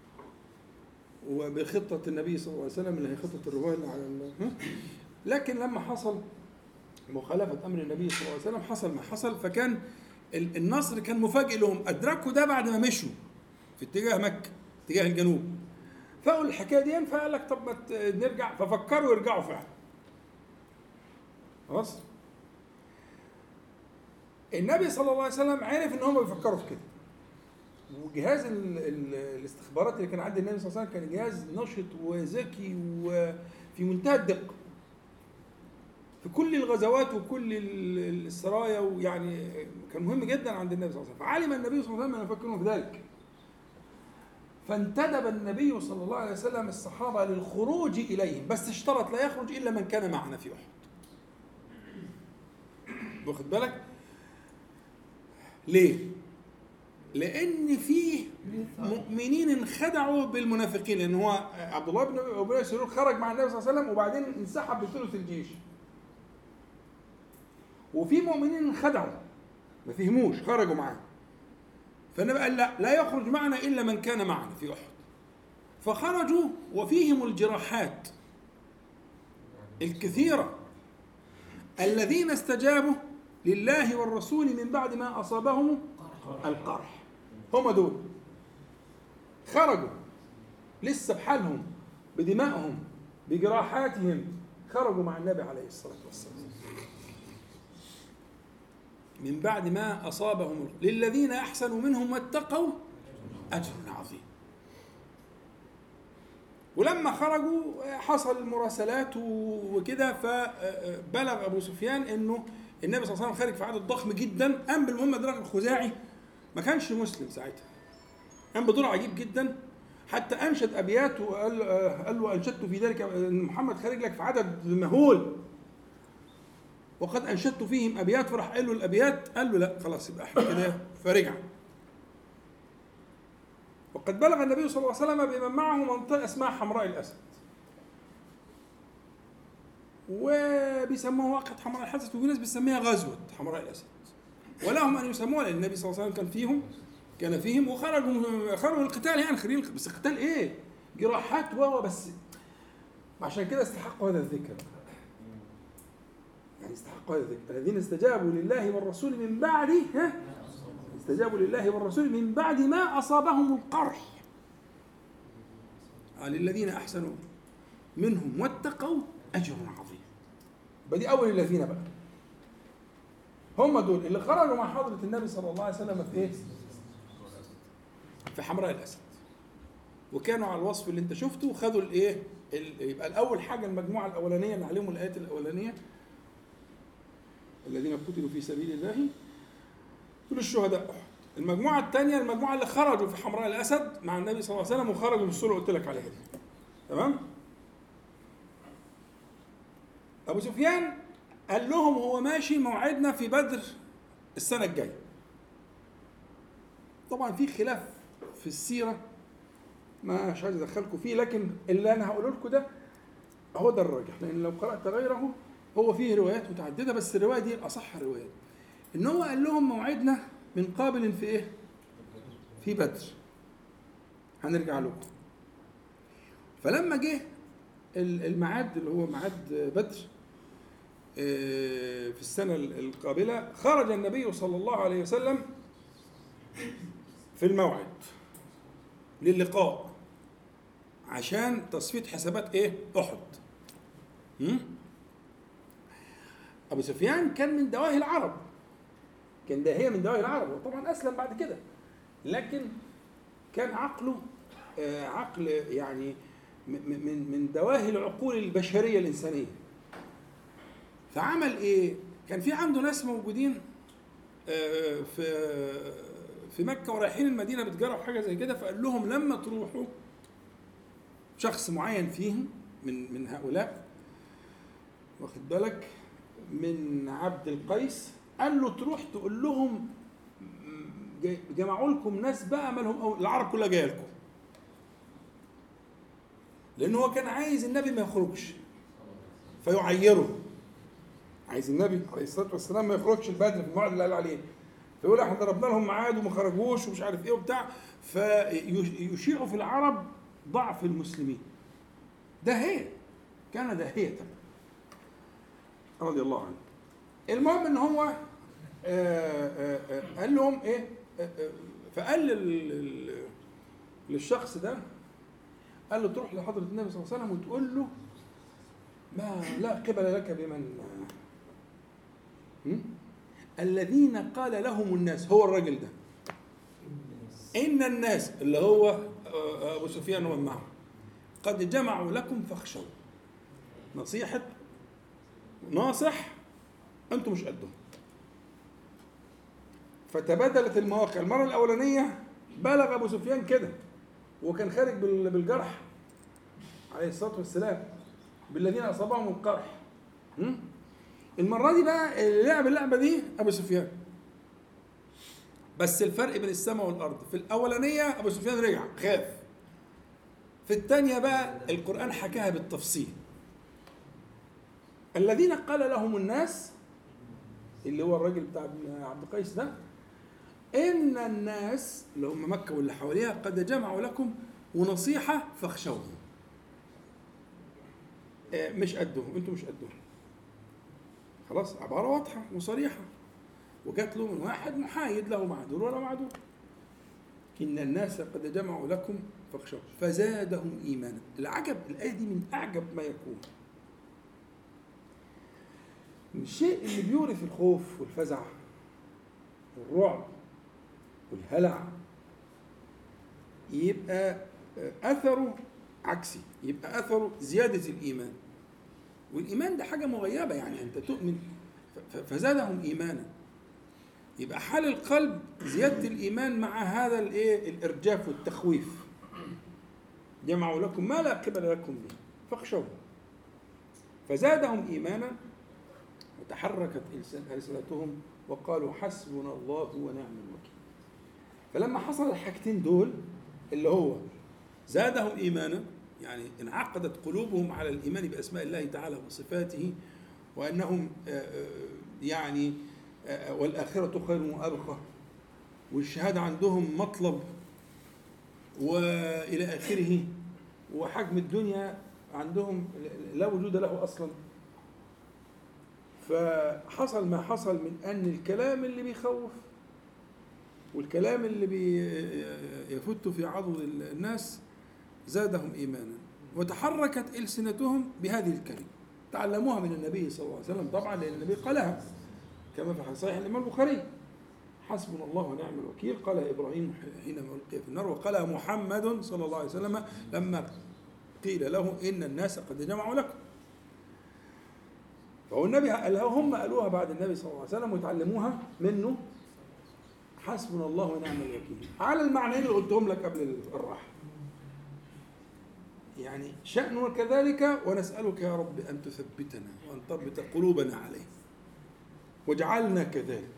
وبخطه النبي صلى الله عليه وسلم اللي هي خطه الروايه اللي على ال... لكن لما حصل مخالفه امر النبي صلى الله عليه وسلم حصل ما حصل، فكان النصر كان مفاجئ لهم. ادركوا ده بعد ما مشوا في اتجاه مكه اتجاه الجنوب، فقالوا الحكايه دي، فقال لك طب ما نرجع، ففكروا يرجعوا فعلا. خلاص النبي صلى الله عليه وسلم عرف ان هم بيفكروا في كده، وجهاز ال ال الاستخبارات اللي كان عند النبي صلى الله عليه وسلم كان جهاز نشط وذكي وفي منتهى الدقه في كل الغزوات وكل السرايا، ويعني كان مهم جدا عند النبي صلى الله عليه وسلم. فعلم النبي صلى الله عليه وسلم ان يفكرون في ذلك، فانتدب النبي صلى الله عليه وسلم الصحابه للخروج اليهم، بس اشترط لا يخرج الا من كان معنا في احد. واخد بالك؟ ليه؟ لأن فيه مؤمنين انخدعوا بالمنافقين، لأن هو عبد الله بن أبي سلول خرج مع النبي صلى الله عليه وسلم وبعدين انسحب بثلث الجيش. وفي مؤمنين انخدعوا ما فهموش خرجوا معاه، فالنبي قال لا لا يخرج معنا إلا من كان معنا في أحد. فخرجوا وفيهم الجراحات الكثيرة الذين استجابوا لله والرسول من بعد ما أصابهم القرح. هم دول خرجوا لسه بحالهم بدمائهم بجراحاتهم، خرجوا مع النبي عليه الصلاة والسلام من بعد ما أصابهم. للذين أحسنوا منهم واتقوا أجر عظيم. ولما خرجوا حصل مراسلات وكده، فبلغ أبو سفيان إنه النبي صلى الله عليه وسلم خارج في عدد ضخم جدا. قام بالمهمة درع الخزاعي، ما كانش مسلم ساعتها، قام بدور عجيب جدا، حتى أنشد أبيات وقال قال له أنشدت في ذلك أن محمد خارج لك في عدد مهول وقد أنشدت فيهم أبيات. فراح قال له الأبيات، قال له لا خلاص يبقى احنا كده، فرجع. وقد بلغ النبي صلى الله عليه وسلم بمن معه منطقة اسمها حمراء الأسد، وبيسموها واقعة حمراء الأسد، وفي ناس بتسميها غزوة حمراء الأسد، ولهم أن يسموها لأن النبي صلى الله عليه وسلم كان فيهم كان فيهم وخرجوا خرجوا القتال، يعني خارجين، بس القتال إيه؟ جراحات وهو بس. عشان كده استحقوا هذا الذكر، يعني استحقوا هذا الذكر. الذين استجابوا لله والرسول من بعد ها استجابوا لله والرسول من بعد ما أصابهم القرح. للذين أحسنوا منهم واتقوا أجر عظيم. بدي أول الذين بقى هم دول اللي خرجوا مع حضرة النبي صلى الله عليه وسلم في إيه؟ في حمراء الأسد، وكانوا على الوصف اللي أنت شفته، وخدوا الإيه؟ يبقى الأول حاجة المجموعة الأولانية اللي عليهم الآيات الأولانية، الذين قتلوا في سبيل الله دول الشهداء. المجموعة الثانية المجموعة اللي خرجوا في حمراء الأسد مع النبي صلى الله عليه وسلم وخرجوا بالصورة اللي قلت لك عليها دي. تمام؟ أبو سفيان قال لهم هو ماشي موعدنا في بدر السنة الجاية. طبعا في خلاف في السيرة مش عايز أدخلكم فيه، لكن اللي أنا هقوله لكم ده هو ده الراجح، لأن لو قرأت غيره هو فيه روايات متعددة، بس الرواية دي الأصح الروايات. إن هو قال لهم موعدنا من قابل في إيه؟ في بدر، هنرجع لكم. فلما جه الميعاد اللي هو ميعاد بدر في السنة القابلة، خرج النبي صلى الله عليه وسلم في الموعد للقاء عشان تصفية حسابات إيه؟ أحد. أبو سفيان كان من دواهي العرب، كان داهية من دواهي العرب، وطبعا أسلم بعد كده، لكن كان عقله عقل يعني من من دواهي العقول البشرية الإنسانية. فعمل إيه؟ كان في عنده ناس موجودين في في مكة ورايحين المدينة بتجربوا حاجة زي كده، فقال لهم لما تروحوا شخص معين فيهم من من هؤلاء، واخد بالك، من عبد القيس، قال له تروح تقول لهم جمعوا لكم ناس بقى مالهم، أو العرب كلها جايه لكم، لأنه هو كان عايز النبي ما يخرجش فيعيره، عايز النبي عليه الصلاة والسلام ما يخرجش البدر في الموعد اللي قال عليه، فيقول احنا ضربنا لهم ميعاد وما خرجوش ومش عارف ايه وبتاع، فيشيعوا في العرب ضعف المسلمين. داهية، كان داهية رضي الله عنه. المهم ان هو آآ آآ قال لهم ايه، فقال للشخص ده، قال له تروح لحضرة النبي صلى الله عليه وسلم وتقول له ما لا قبل لك بمن الذين قال لهم الناس، هو الرجل ده، إن الناس اللي هو أبو سفيان ومن معه قد جمعوا لكم فاخشوا. نصيحة ناصح أنتم مش قدهم. فتبادلت المواقع. المرة الأولانية بلغ أبو سفيان كده وكان خارج بالجرح عليه الصلاة والسلام، بالذين أصابهم القرح. المرة دي بقى اللي لعب اللعبة دي أبو سفيان، بس الفرق بين السماء والأرض. في الأولانية أبو سفيان رجع خاف، في الثانية بقى القرآن حكاها بالتفصيل. الذين قال لهم الناس اللي هو الراجل بتاع عبد القيس ده، إن الناس اللي هم مكة واللي حواليها قد جمعوا لكم ونصيحة فاخشوهم. مش قدهم، انتوا مش قدهم. خلاص، عبارة واضحة وصريحة، وجات له من واحد محايد له مع دول ولا مع دول. إن الناس قد جمعوا لكم فاخشوهم فزادهم إيمانا. العجب، الآية دي من أعجب ما يكون. الشيء اللي بيورث الخوف والفزع والرعب والهلع يبقى أثره عكسي، يبقى أثره زيادة الإيمان. والإيمان ده حاجة مغيبة، يعني أنت تؤمن فزادهم إيمانا، يبقى حال القلب زيادة الإيمان مع هذا الإيه الإرجاف والتخويف. جمعوا لكم ما لا قبل لكم به فاخشوا فزادهم إيمانا وتحركت ألسنتهم وقالوا حسبنا الله ونعم الوكيل. فلما حصل الحاجتين دول اللي هو زادهم إيمانا، يعني انعقدت قلوبهم على الإيمان بأسماء الله تعالى وصفاته، وأنهم يعني والآخرة خير وأبقى، والشهادة عندهم مطلب وإلى آخره، وحجم الدنيا عندهم لا وجود له أصلا. فحصل ما حصل من أن الكلام اللي بيخوف والكلام اللي بيفت في عضد الناس زادهم إيمانا، وتحركت ألسنتهم بهذه الكلمة، تعلموها من النبي صلى الله عليه وسلم طبعا، لأن النبي قالها كما في صحيح الإمام البخاري: حسبنا الله ونعم الوكيل. قال إبراهيم حينما ألقي في النار، وقال محمد صلى الله عليه وسلم لما قيل له إن الناس قد جمعوا لكم. فهو النبي قالها، هم قالوها بعد النبي صلى الله عليه وسلم وتعلموها منه: حسبنا الله ونعم الوكيل، على المعنيين اللي قلتهم لك قبل الراحة. يعني شأننا كذلك، ونسألك يا رب أن تثبتنا وأن تربط قلوبنا عليه واجعلنا كذلك.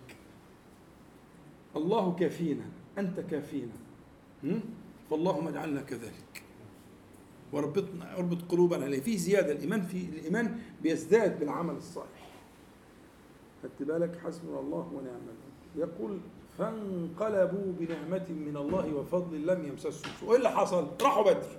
الله كافينا، أنت كافينا، فاللهم اجعلنا كذلك وربطنا اربط قلوبنا عليه. في زيادة الإيمان، في الإيمان بيزداد بالعمل الصالح. خدت بالك؟ حسبنا الله ونعم الوكيل. يقول: فانقلبوا بنعمة من الله وفضل لم يمسسهم سوء. وإيه اللي حصل؟ راحوا بدر،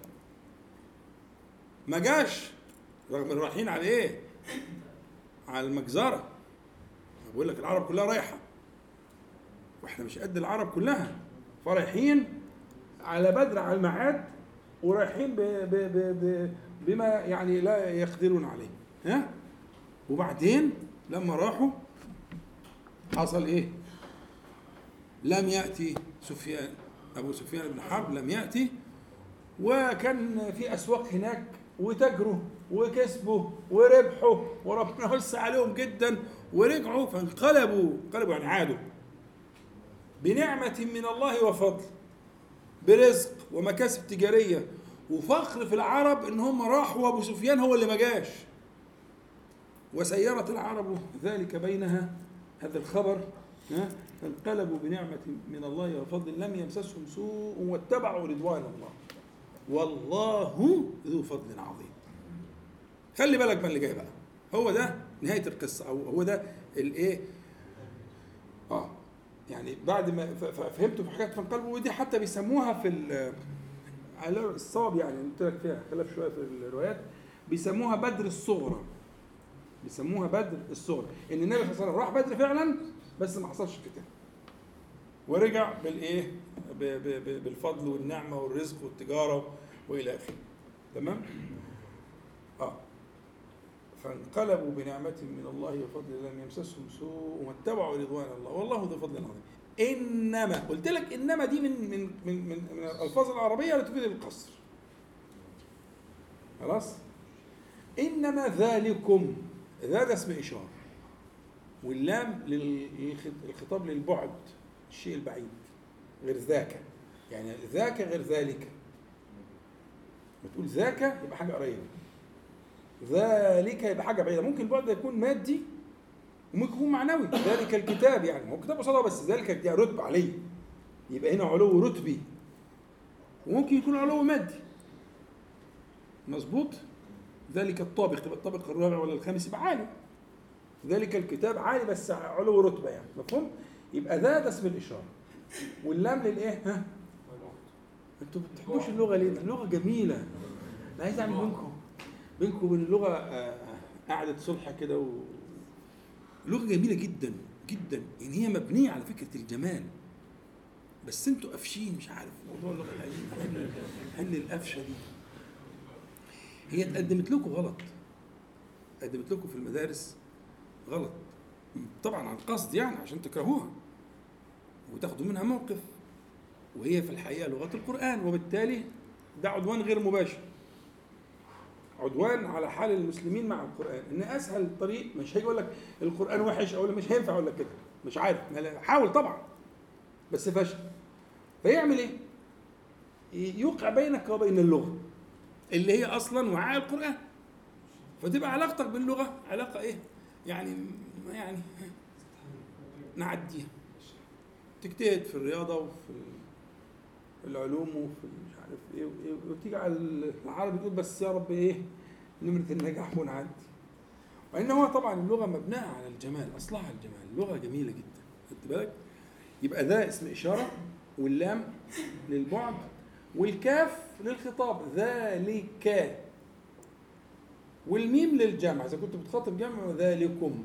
ما جاش رغم رايحين على ايه؟ على المجزرة. بقول لك العرب كلها رايحة واحنا مش قد العرب كلها، فرايحين على بدر على الميعاد، ورايحين ب ب ب ب بما يعني لا يقدرون عليه. ها؟ وبعدين لما راحوا حصل ايه؟ لم يأتي سفيان، أبو سفيان بن حرب لم يأتي، وكان في أسواق هناك وتجروا وكسبوا وربحوا وربنا وسع عليهم جدا ورجعوا، فانقلبوا، انقلبوا يعني عادوا بنعمة من الله وفضل، برزق ومكاسب تجارية وفخر في العرب ان هم راحوا وابو سفيان هو اللي ما جاش. وسيرت العرب ذلك بينها هذا الخبر، فانقلبوا بنعمة من الله وفضل لم يمسسهم سوء واتبعوا رضوان الله والله ذو فضل عظيم. خلي بالك من اللي جاي بقى، هو ده نهاية القصة، أو هو ده الإيه؟ آه يعني بعد ما فهمتوا في حاجات فانقلبوا، ودي حتى بيسموها في على الصواب، يعني قلت لك فيها خلاف شوية في الروايات، بيسموها بدر الصغرى، بيسموها بدر الصغرى، إن النبي صلى الله عليه وسلم راح بدر فعلا بس ما حصلش قتال، ورجع بالإيه؟ بالفضل والنعمة والرزق والتجارة وإلى آخره. تمام؟ آه فانقلبوا بنعمة من الله وفضل لم يمسسهم سوء واتبعوا رضوان الله والله ذو فضل عظيم. إنما قلت لك إنما دي من من من من, من الألفاظ العربية اللي تفيد القصر. خلاص؟ إنما ذلكم، ذا اسم إشارة، واللام للخطاب للبعد، الشيء البعيد، غير ذاك، يعني ذاك غير ذلك. بتقول ذاك يبقى حاجة قريبة، ذلك يبقى حاجة بعيدة. ممكن البعد يكون مادي وممكن يكون معنوي. ذلك الكتاب، يعني هو كتاب قصاده بس ذلك دي رتبة عليه، يبقى هنا علو رتبي، وممكن يكون علو مادي. مظبوط؟ ذلك الطابق، تبقى الطابق الرابع ولا الخامس يبقى عالي. ذلك الكتاب عالي بس علو رتبة، يعني مفهوم؟ يبقى ذا ده اسم الإشارة. واللام للايه؟ ها؟ انتوا ما بتحبوش اللغه ليه؟ اللغه جميله. انا عايز اعمل بينكم بينكم وبين اللغه قعده صلح كده و... لغه جميله جدا جدا، ان هي مبنيه على فكره الجمال. بس انتوا قافشين، مش عارف موضوع اللغه العربيه، حل القفشه دي. هي اتقدمت لكم غلط، اتقدمت لكم في المدارس غلط طبعا عن قصد، يعني عشان تكرهوها وتاخدوا منها موقف، وهي في الحقيقه لغه القران، وبالتالي ده عدوان غير مباشر، عدوان على حال المسلمين مع القران. ان اسهل طريق، مش هيجي يقول لك القران وحش او مش هينفع اقول لك كده، مش عارف، حاول طبعا بس فشل. فيعمل ايه؟ يوقع بينك وبين اللغه اللي هي اصلا وعاء القران، فتبقى علاقتك باللغه علاقه ايه يعني يعني نعديها. تجتهد في الرياضه وفي العلوم وفي مش عارف ايه وايه، وتيجي على العربي تقول بس يا رب ايه نمره النجاح ونعدي. وان هو طبعا اللغه مبنيه على الجمال، اصلها الجمال، اللغه جميله جدا، خدت بالك؟ يبقى ده اسم اشاره، واللام للبعد، والكاف للخطاب ذلك، والميم للجمع اذا كنت بتخاطب جمع ذلكم.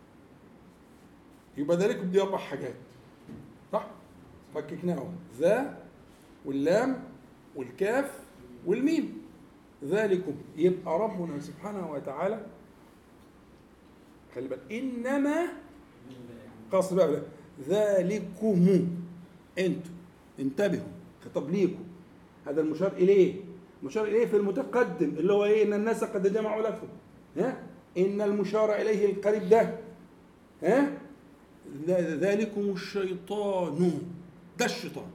يبقى ذلكم دي اربع حاجات صح؟ فككناهم، ذا واللام والكاف والميم، ذلكم. يبقى ربنا سبحانه وتعالى خلي بالك انما قصد بقى ذلكم، انتم انتبهوا، خطاب ليكم، هذا المشار اليه، المشار اليه في المتقدم اللي هو ايه؟ ان الناس قد جمعوا لكم، ها؟ ان المشار اليه القريب ده، ها؟ ذلكم الشيطان، ده الشيطان،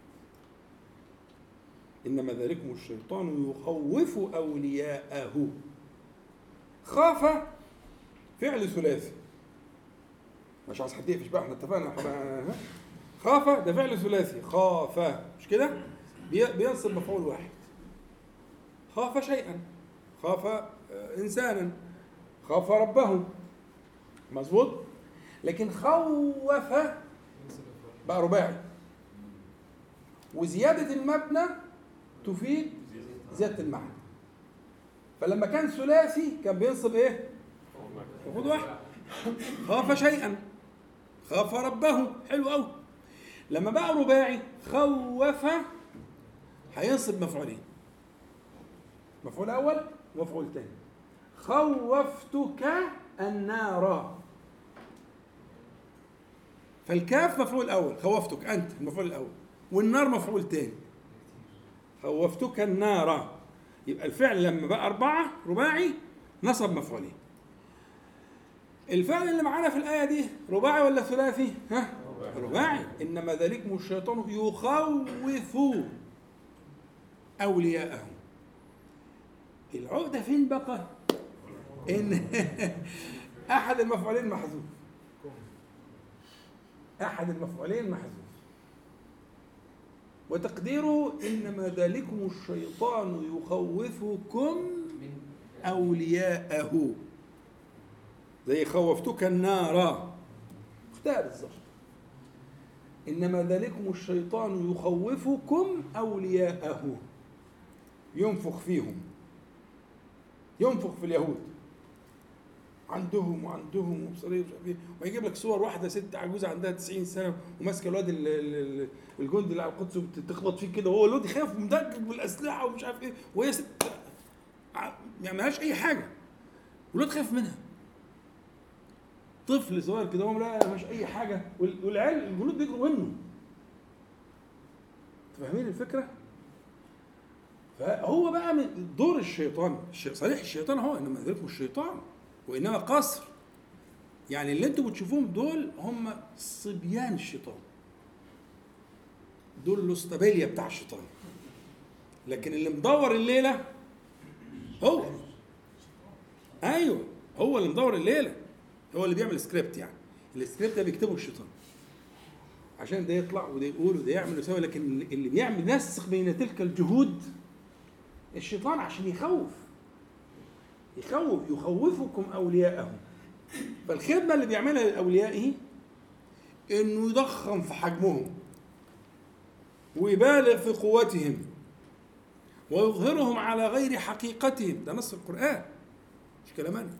انما ذلكم الشيطان يخوف اولياءه. خاف فعل ثلاثي، مش عايز حد يقفش بقى، احنا اتفقنا. خاف ده فعل ثلاثي، خاف مش كده؟ بينصب مفعول واحد. خاف شيئا، خاف انسانا، خاف ربه، مظبوط. لكن خوف بقى رباعي، وزيادة المبنى تفيد زيادة المعنى. فلما كان ثلاثي كان بينصب ايه؟ مفعول واحد. خاف شيئا، خاف ربه، حلو قوي. لما بقى رباعي خوف هينصب مفعولين، مفعول اول ومفعول ثاني. خوفتك النار، فالكاف مفعول اول، خوفتك انت المفعول الاول، والنار مفعول ثاني، خوفتك النار. يبقى الفعل لما بقى أربعة رباعي نصب مفعولين. الفعل اللي معانا في الآية دي رباعي ولا ثلاثي؟ ها؟ رباعي. إنما ذلكم الشيطان يخوف أولياءه. العقدة فين بقى؟ إن أحد المفعولين محذوف، أحد المفعولين محذوف، وتقديره إنما ذلكم الشيطان يخوفكم أولياءه، زي خوفتك النار، اختار بالظبط. إنما ذلكم الشيطان يخوفكم أولياءه، ينفخ فيهم، ينفخ في اليهود، عندهم وعندهم وبصرية ويجيب لك صور واحدة ست عجوزة عندها تسعين سنة وماسكة الواد الجندي اللي على القدس وبتخبط فيه كده، وهو الواد يخاف ومدجج بالأسلحة ومش عارف إيه، وهي ست ما عملهاش أي حاجة، والواد خايف منها. طفل صغير كده وهم لا مش أي حاجة، والعيال الجنود بيجروا منه. فاهمين الفكرة؟ فهو بقى من دور الشيطان، صحيح الشيطان هو إنما ذلكم الشيطان وإنما قصر، يعني اللي انتوا بتشوفوهم دول هم صبيان الشيطان، دول الاستابيليا بتاع الشيطان، لكن اللي مدور الليلة هو، ايوه هو اللي مدور الليلة، هو اللي بيعمل سكريبت، يعني السكريبت ده بيكتبه الشيطان عشان ده يطلع وده يقول وده يعمل ويسوي، لكن اللي بيعمل نسق بين تلك الجهود الشيطان عشان يخوف يخوف يخوفكم أولياءهم. فالخدمة اللي بيعملها لأوليائه إنه يضخم في حجمهم ويبالغ في قوتهم ويظهرهم على غير حقيقتهم. ده نص القرآن مش كلام أنا.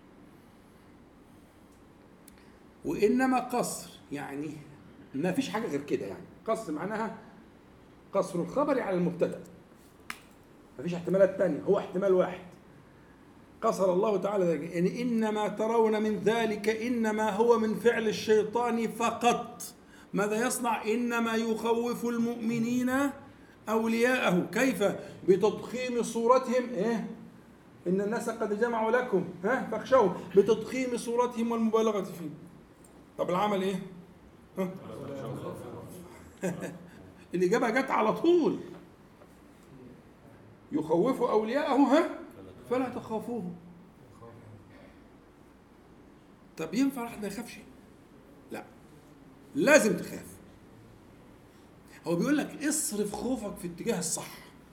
وإنما قصر يعني ما فيش حاجة غير كده، يعني قصر معناها قصر الخبر على المبتدأ، ما فيش احتمالات تانية، هو احتمال واحد قصر الله تعالى ذلك. يعني إنما ترون من ذلك إنما هو من فعل الشيطان فقط. ماذا يصنع؟ إنما يخوف المؤمنين أولياءه. كيف؟ بتضخيم صورتهم. إيه؟ إن الناس قد جمعوا لكم ها فاخشوا، بتضخيم صورتهم والمبالغة فيه. طب العمل إيه؟ ها؟ الإجابة جت على طول. يخوف أولياءه ها فلا تخافوه. طب ينفع واحد ما يخافش؟ لا، لازم تخاف. هو بيقول لك اصرف خوفك في اتجاه الصح.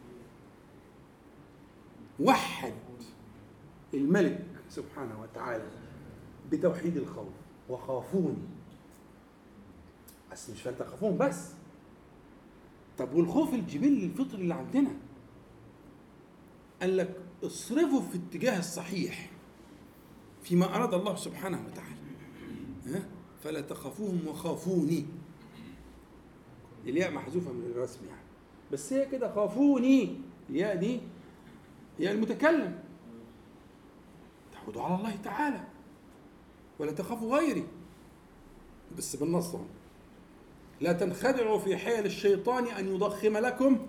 وحد الملك سبحانه وتعالى بتوحيد الخوف، وخافوني. بس مش فانت تخافون بس. طب والخوف الجبلي الفطري اللي عندنا، قال لك اصرفه في اتجاه الصحيح فيما أراد الله سبحانه وتعالى. ها؟ فلا تخافوهم وخافوني. الياء محذوفة من الرسم يعني، بس هي كده خافوني. الياء دي هي المتكلم، تعود على الله تعالى. ولا تخافوا غيري، بس بالنص. لا تنخدعوا في حيل الشيطان أن يضخم لكم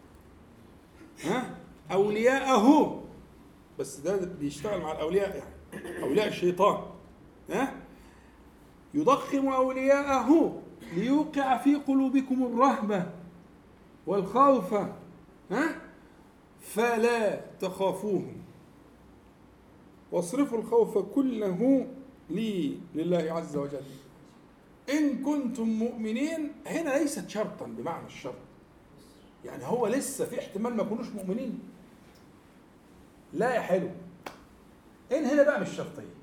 ها أولياءه. بس ده بيشتغل مع الأولياء، يعني أولياء الشيطان. ها يضخم أولياءه ليوقع في قلوبكم الرهبة والخوف. ها فلا تخافوهم واصرفوا الخوف كله لي لله عز وجل إن كنتم مؤمنين. هنا ليست شرطا بمعنى الشرط، يعني هو لسه في احتمال ما يكونوش مؤمنين. لا يا حلو، إن هنا بقى مش شرطية.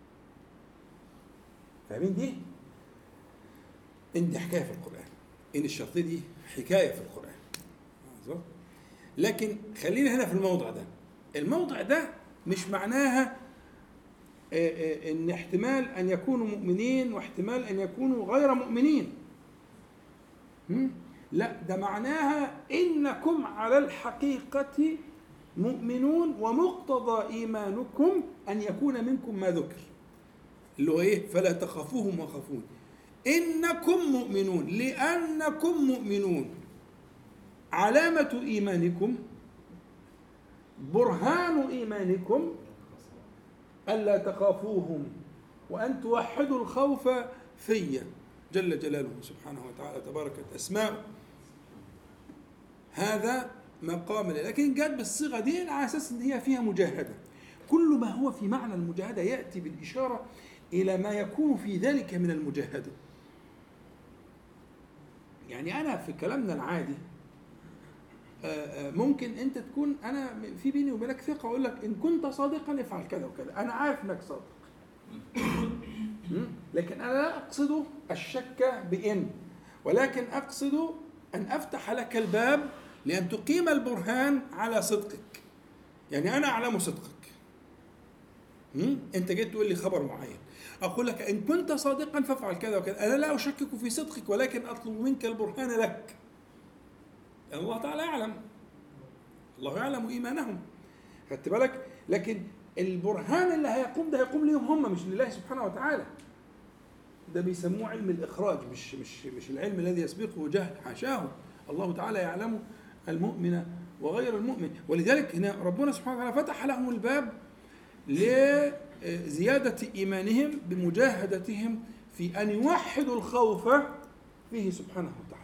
فاهمين دي؟ إن دي حكاية في القرآن. إن الشرطية دي حكاية في القرآن. لكن خلينا هنا في الموضع ده. الموضع ده مش معناها إن احتمال أن يكونوا مؤمنين واحتمال أن يكونوا غير مؤمنين. لا، ده معناها إنكم على الحقيقة مؤمنون، ومقتضى إيمانكم أن يكون منكم ما ذكر، اللي هو إيه؟ فلا تخافوهم وخافون. إنكم مؤمنون لأنكم مؤمنون. علامة إيمانكم، برهان إيمانكم ألا تخافوهم وأن توحدوا الخوف في جل جلاله سبحانه وتعالى تباركت أسماؤه. هذا مقام، لكن جاءت بالصيغة دي على أساس أن هي فيها مجاهدة. كل ما هو في معنى المجاهدة يأتي بالإشارة إلى ما يكون في ذلك من المجاهدة. يعني أنا في كلامنا العادي ممكن أنت تكون، أنا في بيني وبينك ثقة، أقول لك إن كنت صادقا افعل كذا وكذا، أنا عارف إنك صادق. لكن أنا لا أقصد الشك بإن، ولكن أقصد أن أفتح لك الباب لأن تقيم البرهان على صدقك. يعني أنا أعلم صدقك، أنت جيت تقول لي خبر معين، أقول لك إن كنت صادقا فافعل كذا وكذا. أنا لا أشكك في صدقك، ولكن أطلب منك البرهان لك. يعني الله تعالى يعلم، الله يعلم إيمانهم، خدت بالك؟ لكن البرهان اللي هيقوم ده هيقوم ليهم هم، مش لله سبحانه وتعالى. ده بيسموه علم الإخراج، مش مش مش العلم الذي يسبقه جهل، حاشاه. الله تعالى يعلم المؤمن وغير المؤمن. ولذلك هنا ربنا سبحانه وتعالى فتح لهم الباب لزيادة إيمانهم بمجاهدتهم في أن يوحدوا الخوف فيه سبحانه وتعالى.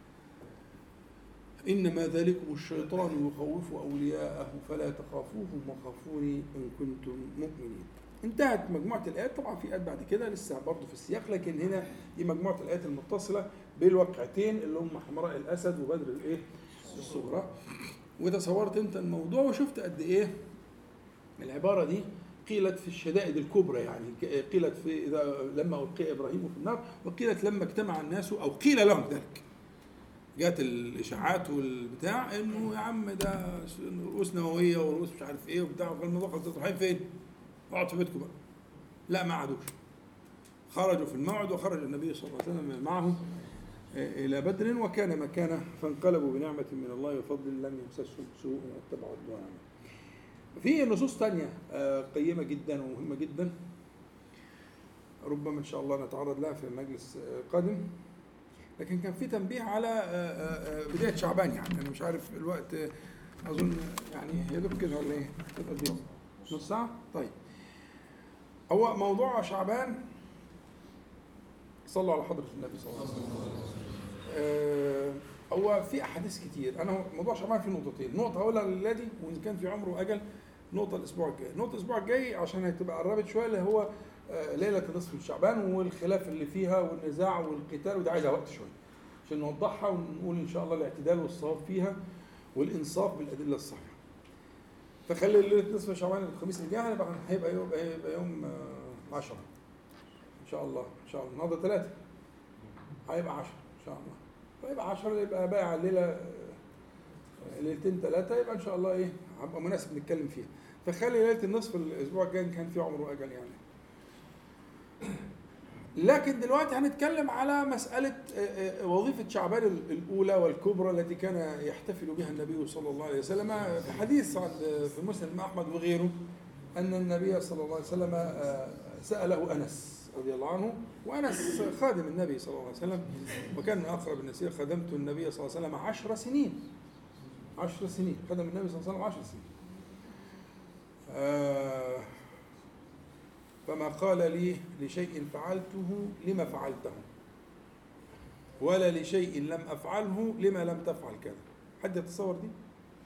إنما ذلكم الشيطان يخوف أولياءه فلا تخافوهم وخافوني إن كنتم مؤمنين. انتهت مجموعة الآيات. طبعا في آيات بعد كده لسه برضه في السياق، لكن هنا دي مجموعة الآيات المتصلة بالواقعتين اللي هم حمراء الأسد وبدر الإيه الصغرى. وتصورت أنت الموضوع وشفت قد إيه العبارة دي قيلت في الشدائد الكبرى. يعني قيلت في إذا لما ألقي إبراهيم في النار، وقيلت لما اجتمع الناس، أو قيل لهم ذلك. جات الاشاعات والبتاع انه يا عم ده رؤوس نوويه ورؤوس مش عارف ايه وبتاع، فالموضوع خلص. رايحين فين؟ اقعدوا في بيتكم بقى. لا ما عادوش، خرجوا في الموعد وخرج النبي صلى الله عليه وسلم معهم الى بدر وكان مكانه، فانقلبوا بنعمه من الله وفضل لم يمسسهم سوء واتبعوا رضوانه. في نصوص تانية قيمه جدا ومهمه جدا، ربما ان شاء الله نتعرض لها في مجلس قادم، لكن كان في تنبيه على بدايه شعبان. يعني انا مش عارف الوقت، اظن يعني يا دوب كده ولا ايه؟ نص ساعه. طيب، هو موضوع شعبان، صلوا على حضره النبي صلى الله عليه وسلم. هو في احاديث كتير. انا موضوع شعبان في نقطتين، نقطه اولى للذي وان كان في عمره اجل، نقطه الاسبوع الجاي. نقطه الاسبوع الجاي عشان هتبقى قربت شويه، اللي هو ليله نصف من شعبان والخلاف اللي فيها والنزاع والقتال، وده عايزها وقت شويه عشان نوضحها ونقول ان شاء الله الاعتدال والصواب فيها والانصاف بالادله الصحيحه. فخلي ليله نصف شعبان الخميس الجاي هيبقى هيبقى يوم هيبقى يوم عشرة ان شاء الله. ان شاء الله النهارده ثلاثة، هيبقى عشرة ان شاء الله. فيبقى عشرة، يبقى باقي على الليله ليلتين ثلاثه، يبقى ان شاء الله ايه هيبقى مناسب نتكلم فيها. فخلي ليله النصف الاسبوع الجاي كان في عمره اجل يعني. لكن دلوقتي هنتكلم على مسألة وظيفة شعبان الأولى والكبرى التي كان يحتفل بها النبي صلى الله عليه وسلم. في حديث في مسند أحمد وغيره أن النبي صلى الله عليه وسلم سأله أنس رضي الله عنه، وأنس خادم النبي صلى الله عليه وسلم وكان من أقرب الناس. خدمت النبي صلى الله عليه وسلم عشر سنين عشر سنين خدم النبي صلى الله عليه وسلم عشر سنين. آه فما قال لي لشيء فعلته لما فعلته، ولا لشيء لم أفعله لما لم تفعل كذا. حد يتصور دي؟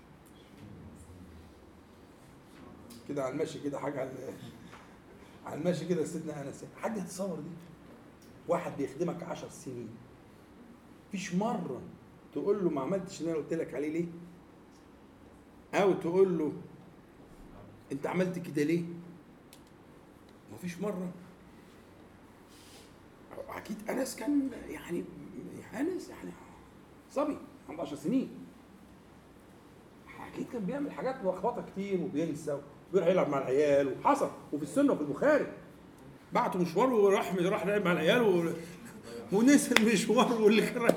كده على المشي كده، حاجة على على المشي كده سيدنا أنس. حد يتصور دي؟ واحد بيخدمك عشر سنين فيش مرة تقول له ما عملتش اللي أنا قلت لك عليه ليه؟ أو تقول له أنت عملت كده ليه؟ ما فيش مرة. أكيد أنس كان يعني أنس يعني صبي عنده عشر سنين، أكيد كان بيعمل حاجات لخبطة كتير وبينسى وبيروح يلعب مع العيال، وحصل وفي السنة وفي البخاري بعته مشوار وراح راح لعب مع العيال و... ونسي المشوار واللي كان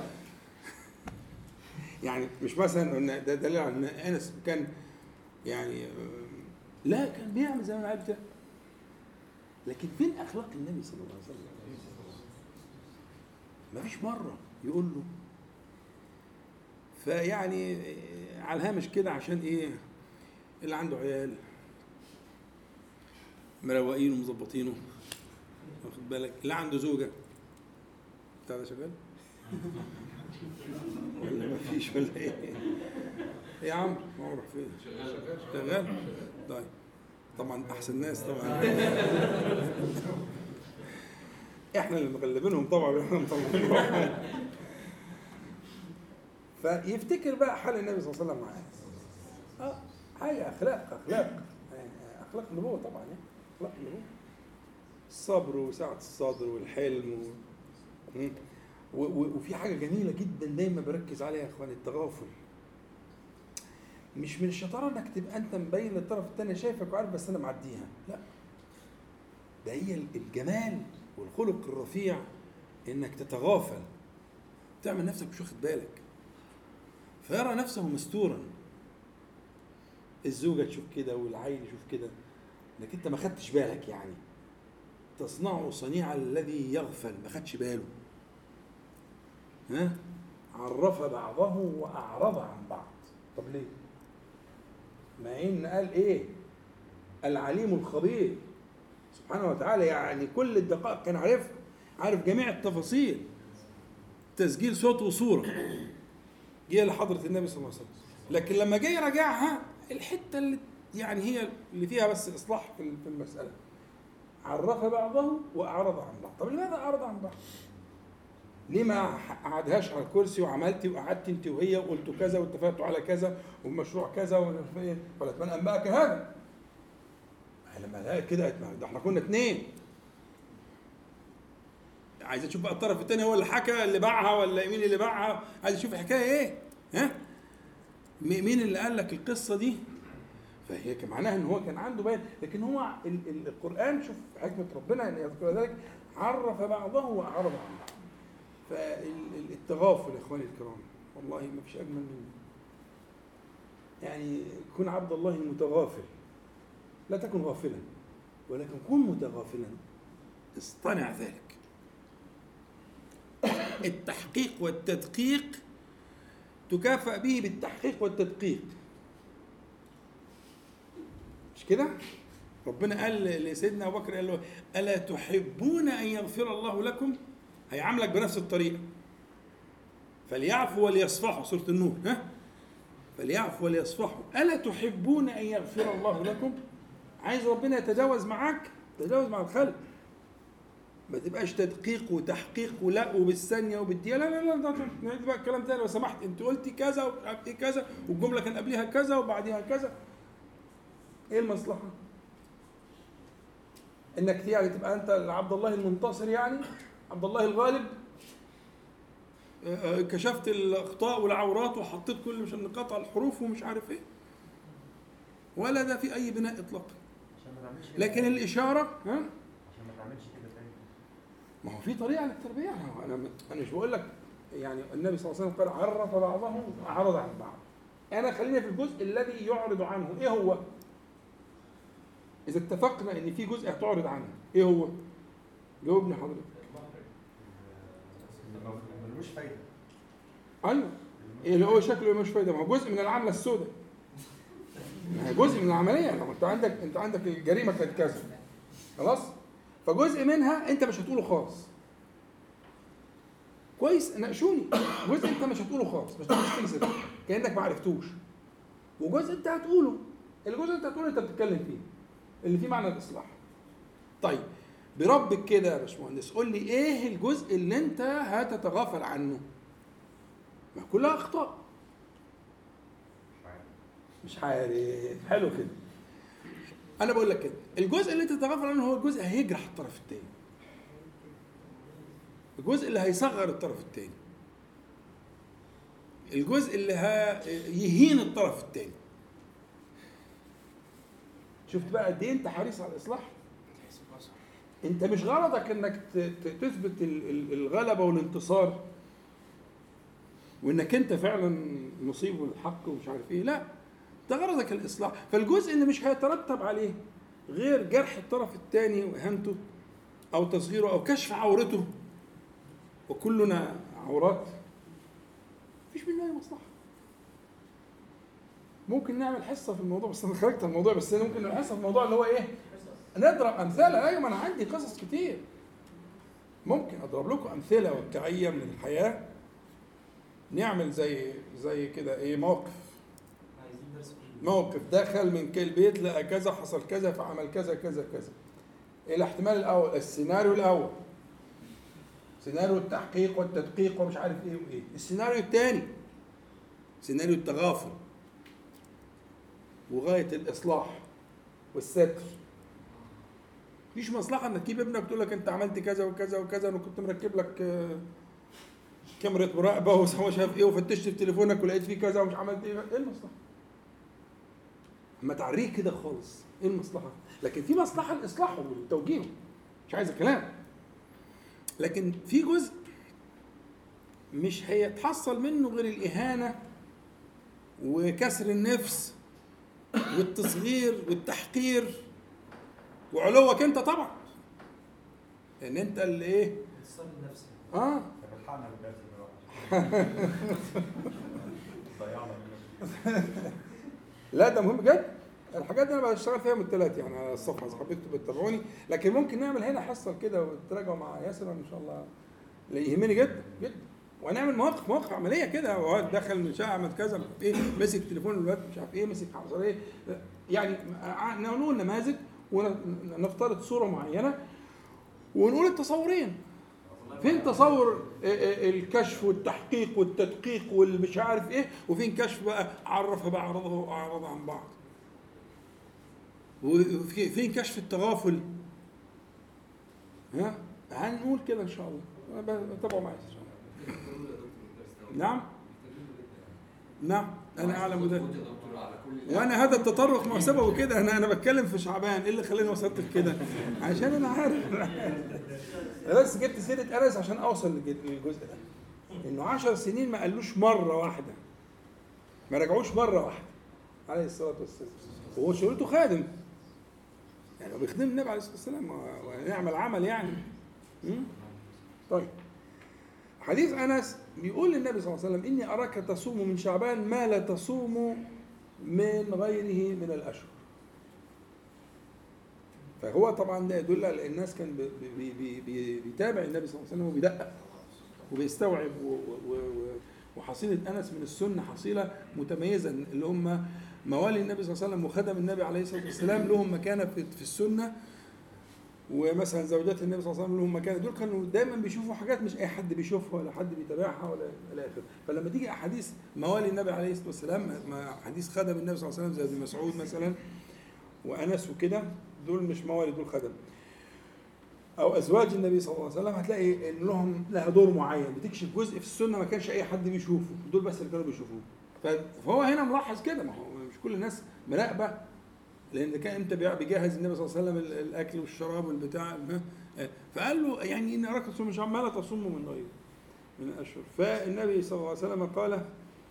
يعني مش مثلا ان ده دليل على ان انس كان يعني لا، كان بيعمل زي ما العيال بتاعه. لكن فين اخلاق النبي صلى الله عليه وسلم؟ ما فيش مره يقول له. فيعني على الهامش كده عشان ايه اللي عنده عيال مروقينه ومظبطينه، واخد بالك، اللي عنده زوجه بتاع ده شغال ولا ما فيش ولا ايه؟ يا عم ما هو راح فين؟ شغال. طيب طبعا احسن ناس طبعا احنا اللي مغلبينهم طبعا، احنا مطلعينهم. فيفتكر بقى حال النبي صلى الله عليه وسلم معاه. اه حاجه اخلاق اخلاق يعني اخلاق النبوه طبعا، يعني اخلاق النبوه، الصبر وسعه الصدر والحلم و... و... وفي حاجه جميله جدا دايما بركز عليها يا اخوان، التغافل. مش من الشطاره انك تبقى انت مبين للطرف الثاني شايفك وعارف بس انا معديها، لا، ده هي الجمال والخلق الرفيع انك تتغافل، تعمل نفسك مش واخد بالك، فيرى نفسه مستورا. الزوجه تشوف كده والعيل يشوف كده، لكن انت ما خدتش بالك. يعني تصنع صنيع الذي يغفل، ما خدش باله. ها عرف بعضه واعرض عن بعض. طب ليه؟ ما ان قال ايه؟ العليم الخبير سبحانه وتعالى، يعني كل الدقائق كان عارفها، عارف جميع التفاصيل، تسجيل صوت وصوره جه لحضره النبي صلى الله عليه وسلم. لكن لما جه يراجعها الحته اللي يعني هي اللي فيها بس اصلاح في المساله، عرف بعضه واعرض عن بعض. طب لماذا اعرض عن بعض؟ ليه ما قعدهاش على الكرسي وعملتي وقعدت انت وهي وقلتوا كذا واتفقتوا على كذا ومشروع كذا ولا من انباك هذا؟ لما لقيت كده ده احنا كنا اثنين، عايز تشوف بقى الطرف الثاني هو اللي حكى اللي باعها ولا مين اللي باعها، عايز تشوف الحكايه ايه، ها مين اللي قال لك القصه دي. فهي معناها ان هو كان عنده بيان، لكن هو القران شوف حكمه ربنا ان يذكر ذلك عرف بعضه واعرض عن بعض. فالتغافل يا اخواني الكرام والله ما فيش اجمل منه. يعني كن عبد الله متغافل، لا تكن غافلا ولكن كن متغافلا، اصطنع ذلك. التحقيق والتدقيق تكافأ به بالتحقيق والتدقيق، مش كده؟ ربنا قال لسيدنا أبو بكر قال له ألا تحبون أن يغفر الله لكم؟ هيعاملك بنفس الطريقة، فليعفوا وليصفحوا، سورة النور، ها؟ فليعفوا وليصفحوا ألا تحبون أن يغفر الله لكم؟ عايز ربنا يتجاوز معاك، تجاوز مع الخلق، ما تبقاش تدقيق وتحقيق ولا وبالثانية وبالدقيقة، لا لا لا ده نعيد بقى الكلام تاني لو سمحت، أنت قلتي كذا وقلتي كذا والجملة كان قبلها كذا وبعدها كذا. إيه المصلحة؟ إنك يعني تبقى أنت عبد الله المنتصر، يعني عبد الله الغالب، كشفت الأخطاء والعورات وحطيت كل مش نقاط على الحروف ومش عارف إيه، ولا ده في أي بناء إطلاقا. لكن الإشارة ها؟ عشان ما تعملش كده تاني. ما هو في طريقة للتربية. أنا أنا مش بقول لك يعني النبي صلى الله عليه وسلم قال عرف بعضه وأعرض عن بعض. أنا خلينا في الجزء الذي يعرض عنه. إيه هو؟ إذا اتفقنا إن في جزء هتعرض عنه، إيه هو؟ جاوبني حضرتك. ملوش فايدة. أيوه. إيه اللي هو شكله ملوش فايدة؟ ما هو جزء من العملة السوداء. جزء من العملية. لما أنت عندك أنت عندك الجريمة كانت كذا. خلاص؟ فجزء منها أنت مش هتقوله خالص. كويس؟ ناقشوني. جزء أنت مش هتقوله خالص، مش هتقوله كأنك ما عرفتوش. وجزء أنت هتقوله. الجزء اللي أنت هتقوله أنت بتتكلم فيه. اللي فيه معنى الإصلاح. طيب بربك كده يا باشمهندس قول لي ايه الجزء اللي انت هتتغافل عنه؟ ما كلها اخطاء. مش عارف. حلو كده. انا بقول لك كده الجزء اللي انت تتغافل عنه هو الجزء هيجرح الطرف الثاني، الجزء اللي هيصغر الطرف الثاني، الجزء اللي هيهين الطرف الثاني. شفت بقى قد ايه انت حريص على الاصلاح؟ انت مش غرضك انك تثبت الغلبة والانتصار وانك انت فعلا مصيب والحق ومش عارف ايه، لا ده غرضك الاصلاح. فالجزء اللي مش هيترتب عليه غير جرح الطرف الثاني واهانته او تصغيره او كشف عورته، وكلنا عورات، مفيش منه اي مصلحة. ممكن نعمل حصة في الموضوع، بس انا خرجت الموضوع، بس انا ممكن نعمل حصة في الموضوع اللي هو ايه، نضرب امثله. ايوه ما انا عندي قصص كتير، ممكن اضرب لكم امثله واقعيه من الحياه. نعمل زي زي كده ايه موقف موقف دخل من كل بيت لقى كذا حصل كذا فعمل كذا كذا كذا. الاحتمال الاول، السيناريو الاول سيناريو التحقيق والتدقيق ومش عارف ايه وايه. السيناريو الثاني سيناريو التغافل وغايه الاصلاح والستر. مفيش مصلحه انك تجيب ابنك تقول لك انت عملت كذا وكذا وكذا، انا كنت مركب لك كاميرا مراقبه ومش عارف ايه وفتشت في تليفونك ولقيت فيه كذا ومش عملت ايه. ايه المصلحه؟ اما تعريه كده خالص، ايه المصلحه؟ لكن في مصلحه الاصلاح والتوجيه، مش عايز كلام. لكن في جزء مش هيتحصل منه غير الاهانه وكسر النفس والتصغير والتحقير وعلوك انت طبعا، لان انت اللي ايه بتصل نفسك. اه بتحقنا بالباقي لا ده مهم جدا. الحاجات دي انا بشتغل فيها من الثلاث يعني على الصفحه، اذا حبيتوا تتابعوني. لكن ممكن نعمل هنا حصه كده وتراجعوا مع ياسر ان شاء الله، اللي يهمني جدا جدا. ونعمل مواقف مواقف عمليه كده، هو دخل من شقه عمل كذا ايه، مسك تليفون الواد مش عارف ايه، مسك حصل ايه، يعني نقول نماذج ونفترض صوره معينه ونقول التصورين. فين تصور الكشف والتحقيق والتدقيق والمش عارف ايه، وفين كشف بقى عرف بعرضه واعرض عن بعض، وفين كشف التغافل ها هنقول كده ان شاء الله، انا بتابعه معايا ان شاء الله. نعم نعم انا اعلم ذلك، وانا هذا التطرق ما سببه كده. انا انا بتكلم في شعبان، ايه اللي خلاني وصلت كده؟ عشان انا عارف. انا بس جبت سيره انس عشان اوصل للجزء ده، انه عشر سنين ما قالوش مره واحده، ما رجعوش مره واحده عليه الصلاه والسلام، وهو شغلته خادم يعني، بيخدم النبي عليه الصلاه والسلام ويعمل عمل يعني. طيب حديث انس بيقول للنبي صلى الله عليه وسلم: اني اراك تصوم من شعبان ما لا تصوم من غيره من الاشهر. فهو طبعا ده يدل على الناس كان بي بي بي بيتابع النبي صلى الله عليه وسلم وبيدقق وبيستوعب، وحصيله انس من السنه حصيله متميزه، اللي هم موالي النبي صلى الله عليه وسلم وخدم النبي عليه الصلاه والسلام لهم مكانه في السنه، ومثلا زوجات النبي صلى الله عليه وسلم لهم مكانه، دول كانوا دايما بيشوفوا حاجات مش اي حد بيشوفها ولا حد بيتابعها ولا الى اخره. فلما تيجي احاديث موالي النبي عليه الصلاه والسلام، حديث خدم النبي صلى الله عليه وسلم زي ابن مسعود مثلا وانس وكده، دول مش موالي، دول خدم، او ازواج النبي صلى الله عليه وسلم، هتلاقي ان لهم لها دور معين، بتكشف جزء في السنه ما كانش اي حد بيشوفه، دول بس اللي كانوا بيشوفوه. فهو هنا ملاحظ كده، ما هو مش كل الناس مراقبه، لان كان امتى بيجهز النبي صلى الله عليه وسلم الاكل والشراب والبتاع، فقال له يعني ان اراك تصوم من شعبان ما لا تصوم من غيره من الاشهر. فالنبي صلى الله عليه وسلم قال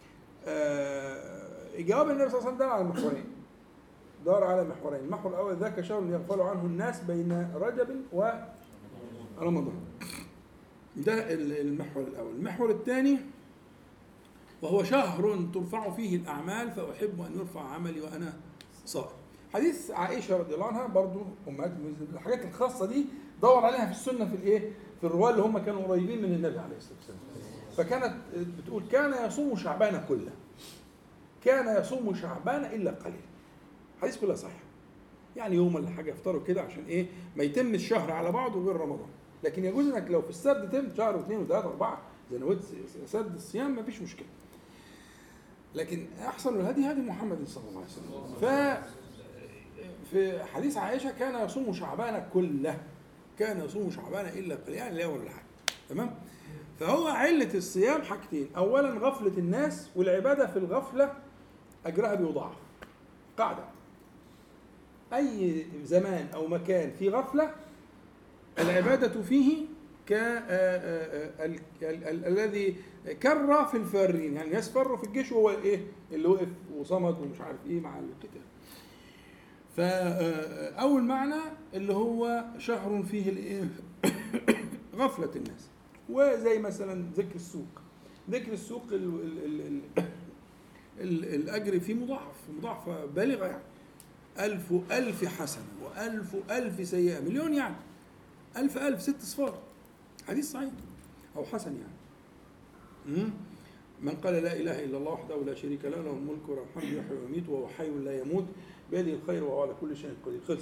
آه جواب النبي صلى الله عليه وسلم دار على محورين، دار على محورين. المحور الاول: ذاك شهر يغفل عنه الناس بين رجب ورمضان. ده المحور الاول. المحور الثاني: وهو شهر ترفع فيه الاعمال فاحب ان يرفع عملي وانا صائم. حديث عائشه رضي الله عنها برضو، امهات الحاجات الخاصه دي دور عليها في السنه، في الايه، في الرواه اللي هم كانوا قريبين من النبي عليه الصلاه والسلام. فكانت بتقول: كان يصوم شعبان كله، كان يصوم شعبان الا قليل. حديث كلها صح، يعني يوم ولا حاجه يفطروا كده عشان ايه، ما يتم الشهر على بعضه غير رمضان. لكن يجوز انك لو في السرد تم شهر واثنين وثلاثه واربعه زي ما قلت سرد الصيام، ما فيش مشكله. لكن احسن الهدي هدي محمد صلى الله عليه وسلم. ف في حديث عائشه: كان يصوم شعبان كله، كان يصوم شعبان الا قليل، يعني لا ولا حاجه. تمام. فهو عله الصيام حاجتين: اولا غفله الناس، والعباده في الغفله اجرها بيضاعف. قاعده: اي زمان او مكان في غفله العباده فيه الذي كر في الفارين، يعني الناس فروا في الجيش وهو ايه اللي وقف وصمد ومش عارف ايه مع القتال. فاول معنى اللي هو شهر فيه الايه غفله الناس. وزي مثلا ذكر السوق، ذكر السوق ال ال ال ال الاجر فيه مضاعف، مضاعفه بالغه، يعني ألف ألف حسنه وألف ألف سيئه، مليون يعني، ألف ألف ست صفار. حديث صحيح أو حسن يعني. من قال لا إله إلا الله وحده لا شريك له، له الملك وله الحمد يحيي ويميت وهو حي لا يموت بيده الخير وهو على كل شيء قدير. خلص.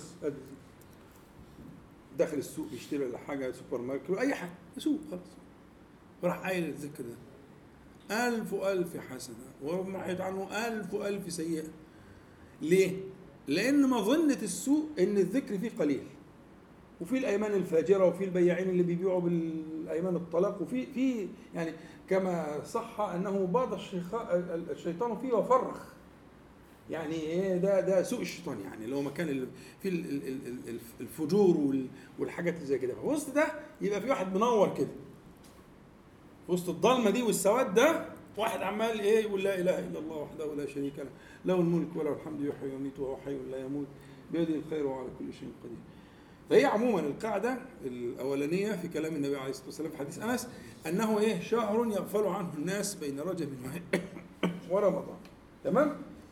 داخل السوق بيشتري ولا حاجة، سوبر ماركت ولا أي حاجة، سوق خلاص، وراح قايل الذكر ده ألف ألف حسنة ومحيت عنه ألف ألف سيئة. ليه؟ لأن مظنة السوق إن الذكر فيه قليل، وفي الايمان الفاجره، وفي البياعين اللي بيبيعوا بالايمان الطلاق، وفي في يعني كما صح انه باض الشيطان فيه وفرخ، يعني ايه ده ده سوء الشيطان، يعني اللي هو مكان في الفجور والحاجات اللي زي كده. في وسط ده يبقى في واحد منور كده، في وسط الضلمه دي والسواد ده واحد عمال ايه يقول لا اله الا الله وحده لا شريك له، له الملك وله الحمد يحيي ويميت وهو حي لا يموت بيده الخير وهو على كل شيء قدير. فهي عموما القاعدة الأولانية في كلام النبي عليه الصلاة والسلام في حديث أنس أنه إيه شهر يغفل عنه الناس بين رجب ورمضان. تمام.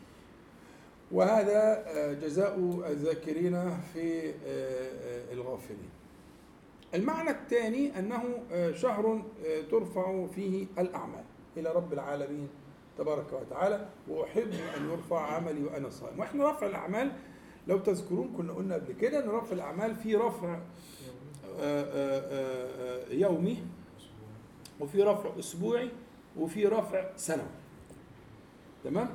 وهذا جزاء الذاكرين في الغافلين. المعنى الثاني أنه شهر ترفع فيه الأعمال إلى رب العالمين تبارك وتعالى، وأحب أن يرفع عملي وأنا صائم. وإحنا رفع الأعمال لو تذكرون كنا قلنا قبل كده ان رفع الاعمال في رفع يومي، وفي رفع اسبوعي، وفي رفع سنوي. تمام.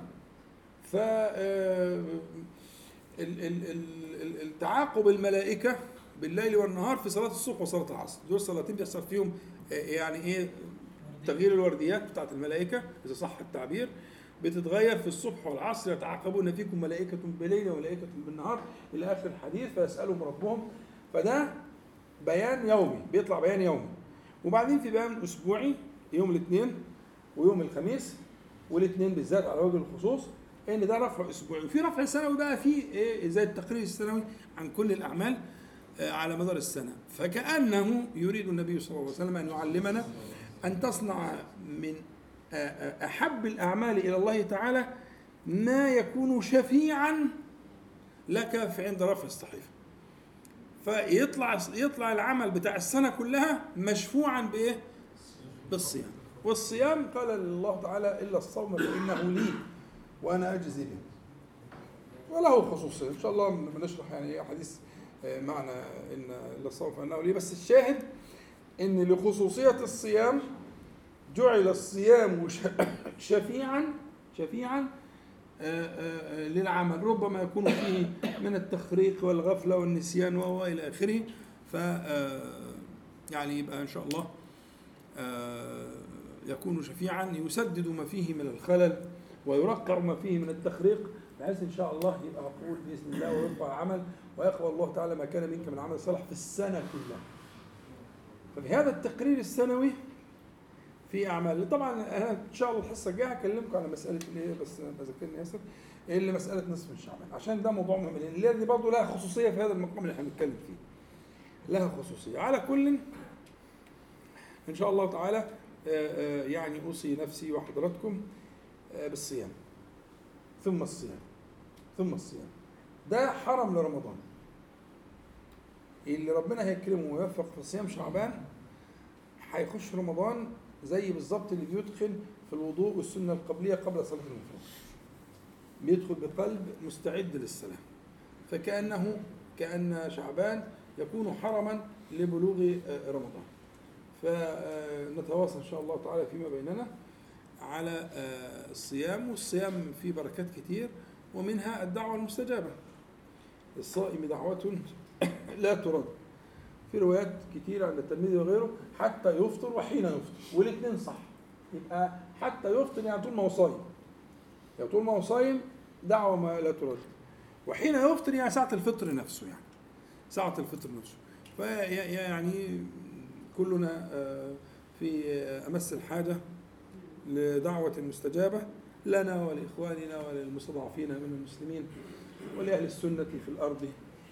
ف التعاقب الملائكه بالليل والنهار في صلاة الصبح وصلاة العصر. دول صلاتين بيحصل فيهم يعني ايه تغيير الورديات بتاعت الملائكة إذا صح التعبير، بتتغير في الصبح والعصر. يتعاقبون فيكم ملائكة بالليل وملائكة بالنهار إلى آخر الحديث، فيسألهم ربهم. فده بيان يومي، بيطلع بيان يومي. وبعدين في بيان أسبوعي يوم الاثنين ويوم الخميس، والاثنين بالذات على وجه الخصوص، ان ده رفع اسبوعي. وفي رفع سنوي بقى في ايه زي التقرير السنوي عن كل الاعمال على مدار السنه. فكانه يريد النبي صلى الله عليه وسلم ان يعلمنا ان تصنع من احب الاعمال الى الله تعالى ما يكون شفيعا لك في عند رفع الصحيفه. فيطلع يطلع العمل بتاع السنه كلها مشفوعا بايه؟ بالصيام. والصيام قال الله تعالى الا الصوم فانه لي وانا اجزي به، وله خصوصيه. ان شاء الله بنشرح يعني حديث معنى ان الا الصوم فانه لي. بس الشاهد ان لخصوصيه الصيام جعل الصيام شفيعا شفيعا للعمل، ربما يكون فيه من التخريق والغفله والنسيان والى اخره. ف يعني يبقى ان شاء الله يكون شفيعا يسدد ما فيه من الخلل ويرقع ما فيه من التخريق، بحيث ان شاء الله يبقى مقبول باذن الله ويرفع العمل ويقبل الله تعالى ما كان منك من عمل صالح في السنه كلها. ففي هذا التقرير السنوي في اعمال. طبعا انا ان شاء الله الحصه الجايه هكلمكم على مساله الايه، بس بذكرني ياسر اللي مساله نصف من شعبان، عشان ده موضوع مهم، لان دي برضه لها خصوصيه في هذا المقام اللي احنا بنتكلم فيه. لها خصوصيه. على كل ان شاء الله تعالى يعني اوصي نفسي وحضراتكم بالصيام، ثم الصيام ثم الصيام. ده حرم لرمضان. اللي ربنا هيكرمه ويوفق في صيام شعبان هيخش رمضان زي بالظبط اللي بيدخل في الوضوء والسنه القبليه قبل صلاه المفروض، بيدخل بقلب مستعد للصلاه. فكانه كان شعبان يكون حرما لبلوغ رمضان. فنتواصل ان شاء الله تعالى فيما بيننا على الصيام. والصيام فيه بركات كتير، ومنها الدعوة المستجابة. الصائم دعوة لا ترد. في روايات كتيرة عند الترمذي وغيره حتى يفطر وحين يفطر، والاثنين صح. يبقى حتى يفطر يعني طول ما هو صايم، يعني طول ما هو صايم دعوة ما لا ترد، وحين يفطر يعني ساعة الفطر نفسه، يعني ساعة الفطر نفسه. فيعني كلنا في أمس الحاجة لدعوة مستجابة لنا ولإخواننا وللمستضعفين من المسلمين ولأهل السنة في الأرض.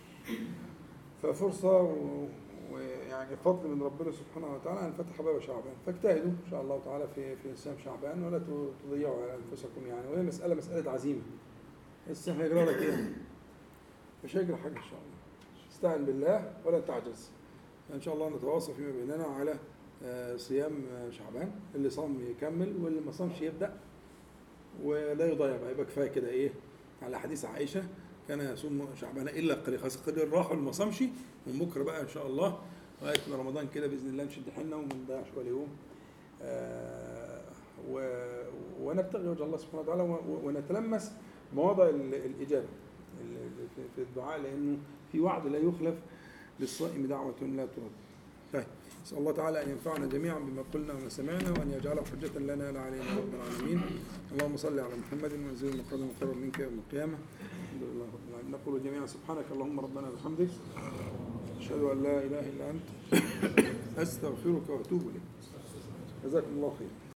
ففرصة ويعني فضل من ربنا سبحانه وتعالى أن فتح باب شعبان. فاجتهدوا إن شاء الله تعالى في في صيام شعبان، ولا تضيعوا على أنفسكم يعني. وهي مسألة مسألة عزيمة. لسه هيجرى لك إيه؟ مش هيجرى حاجة إن شاء الله. استعن بالله ولا تعجز. إن شاء الله نتواصل فيما بيننا على صيام شعبان. اللي صام يكمل، واللي ما صامش يبدأ ولا يضيع بقى. يبقى كفايه كده ايه على حديث عائشه كان يصوم شعبان الا قليل، خاصه قليل راحوا اللي ما صامش. من بكره بقى ان شاء الله لغايه رمضان كده باذن الله نشد حيلنا وما نضيعش ولا يوم. آه و... ونبتغي وجه الله سبحانه وتعالى ونتلمس مواضع الاجابه في الدعاء، لانه في وعد لا يخلف للصائم دعوه لا ترد. طيب نسأل الله تعالى أن ينفعنا جميعا بما قلنا وما سمعنا، وأن يجعله حجة لنا لا علينا رب العالمين. اللهم صل على محمد وانزل المقرب مقرب منك يوم القيامة. الحمد لله رب العالمين. نقول جميعا سبحانك اللهم ربنا وبحمدك، أشهد أن لا إله إلا أنت، أستغفرك وأتوب إليك. جزاكم الله خير.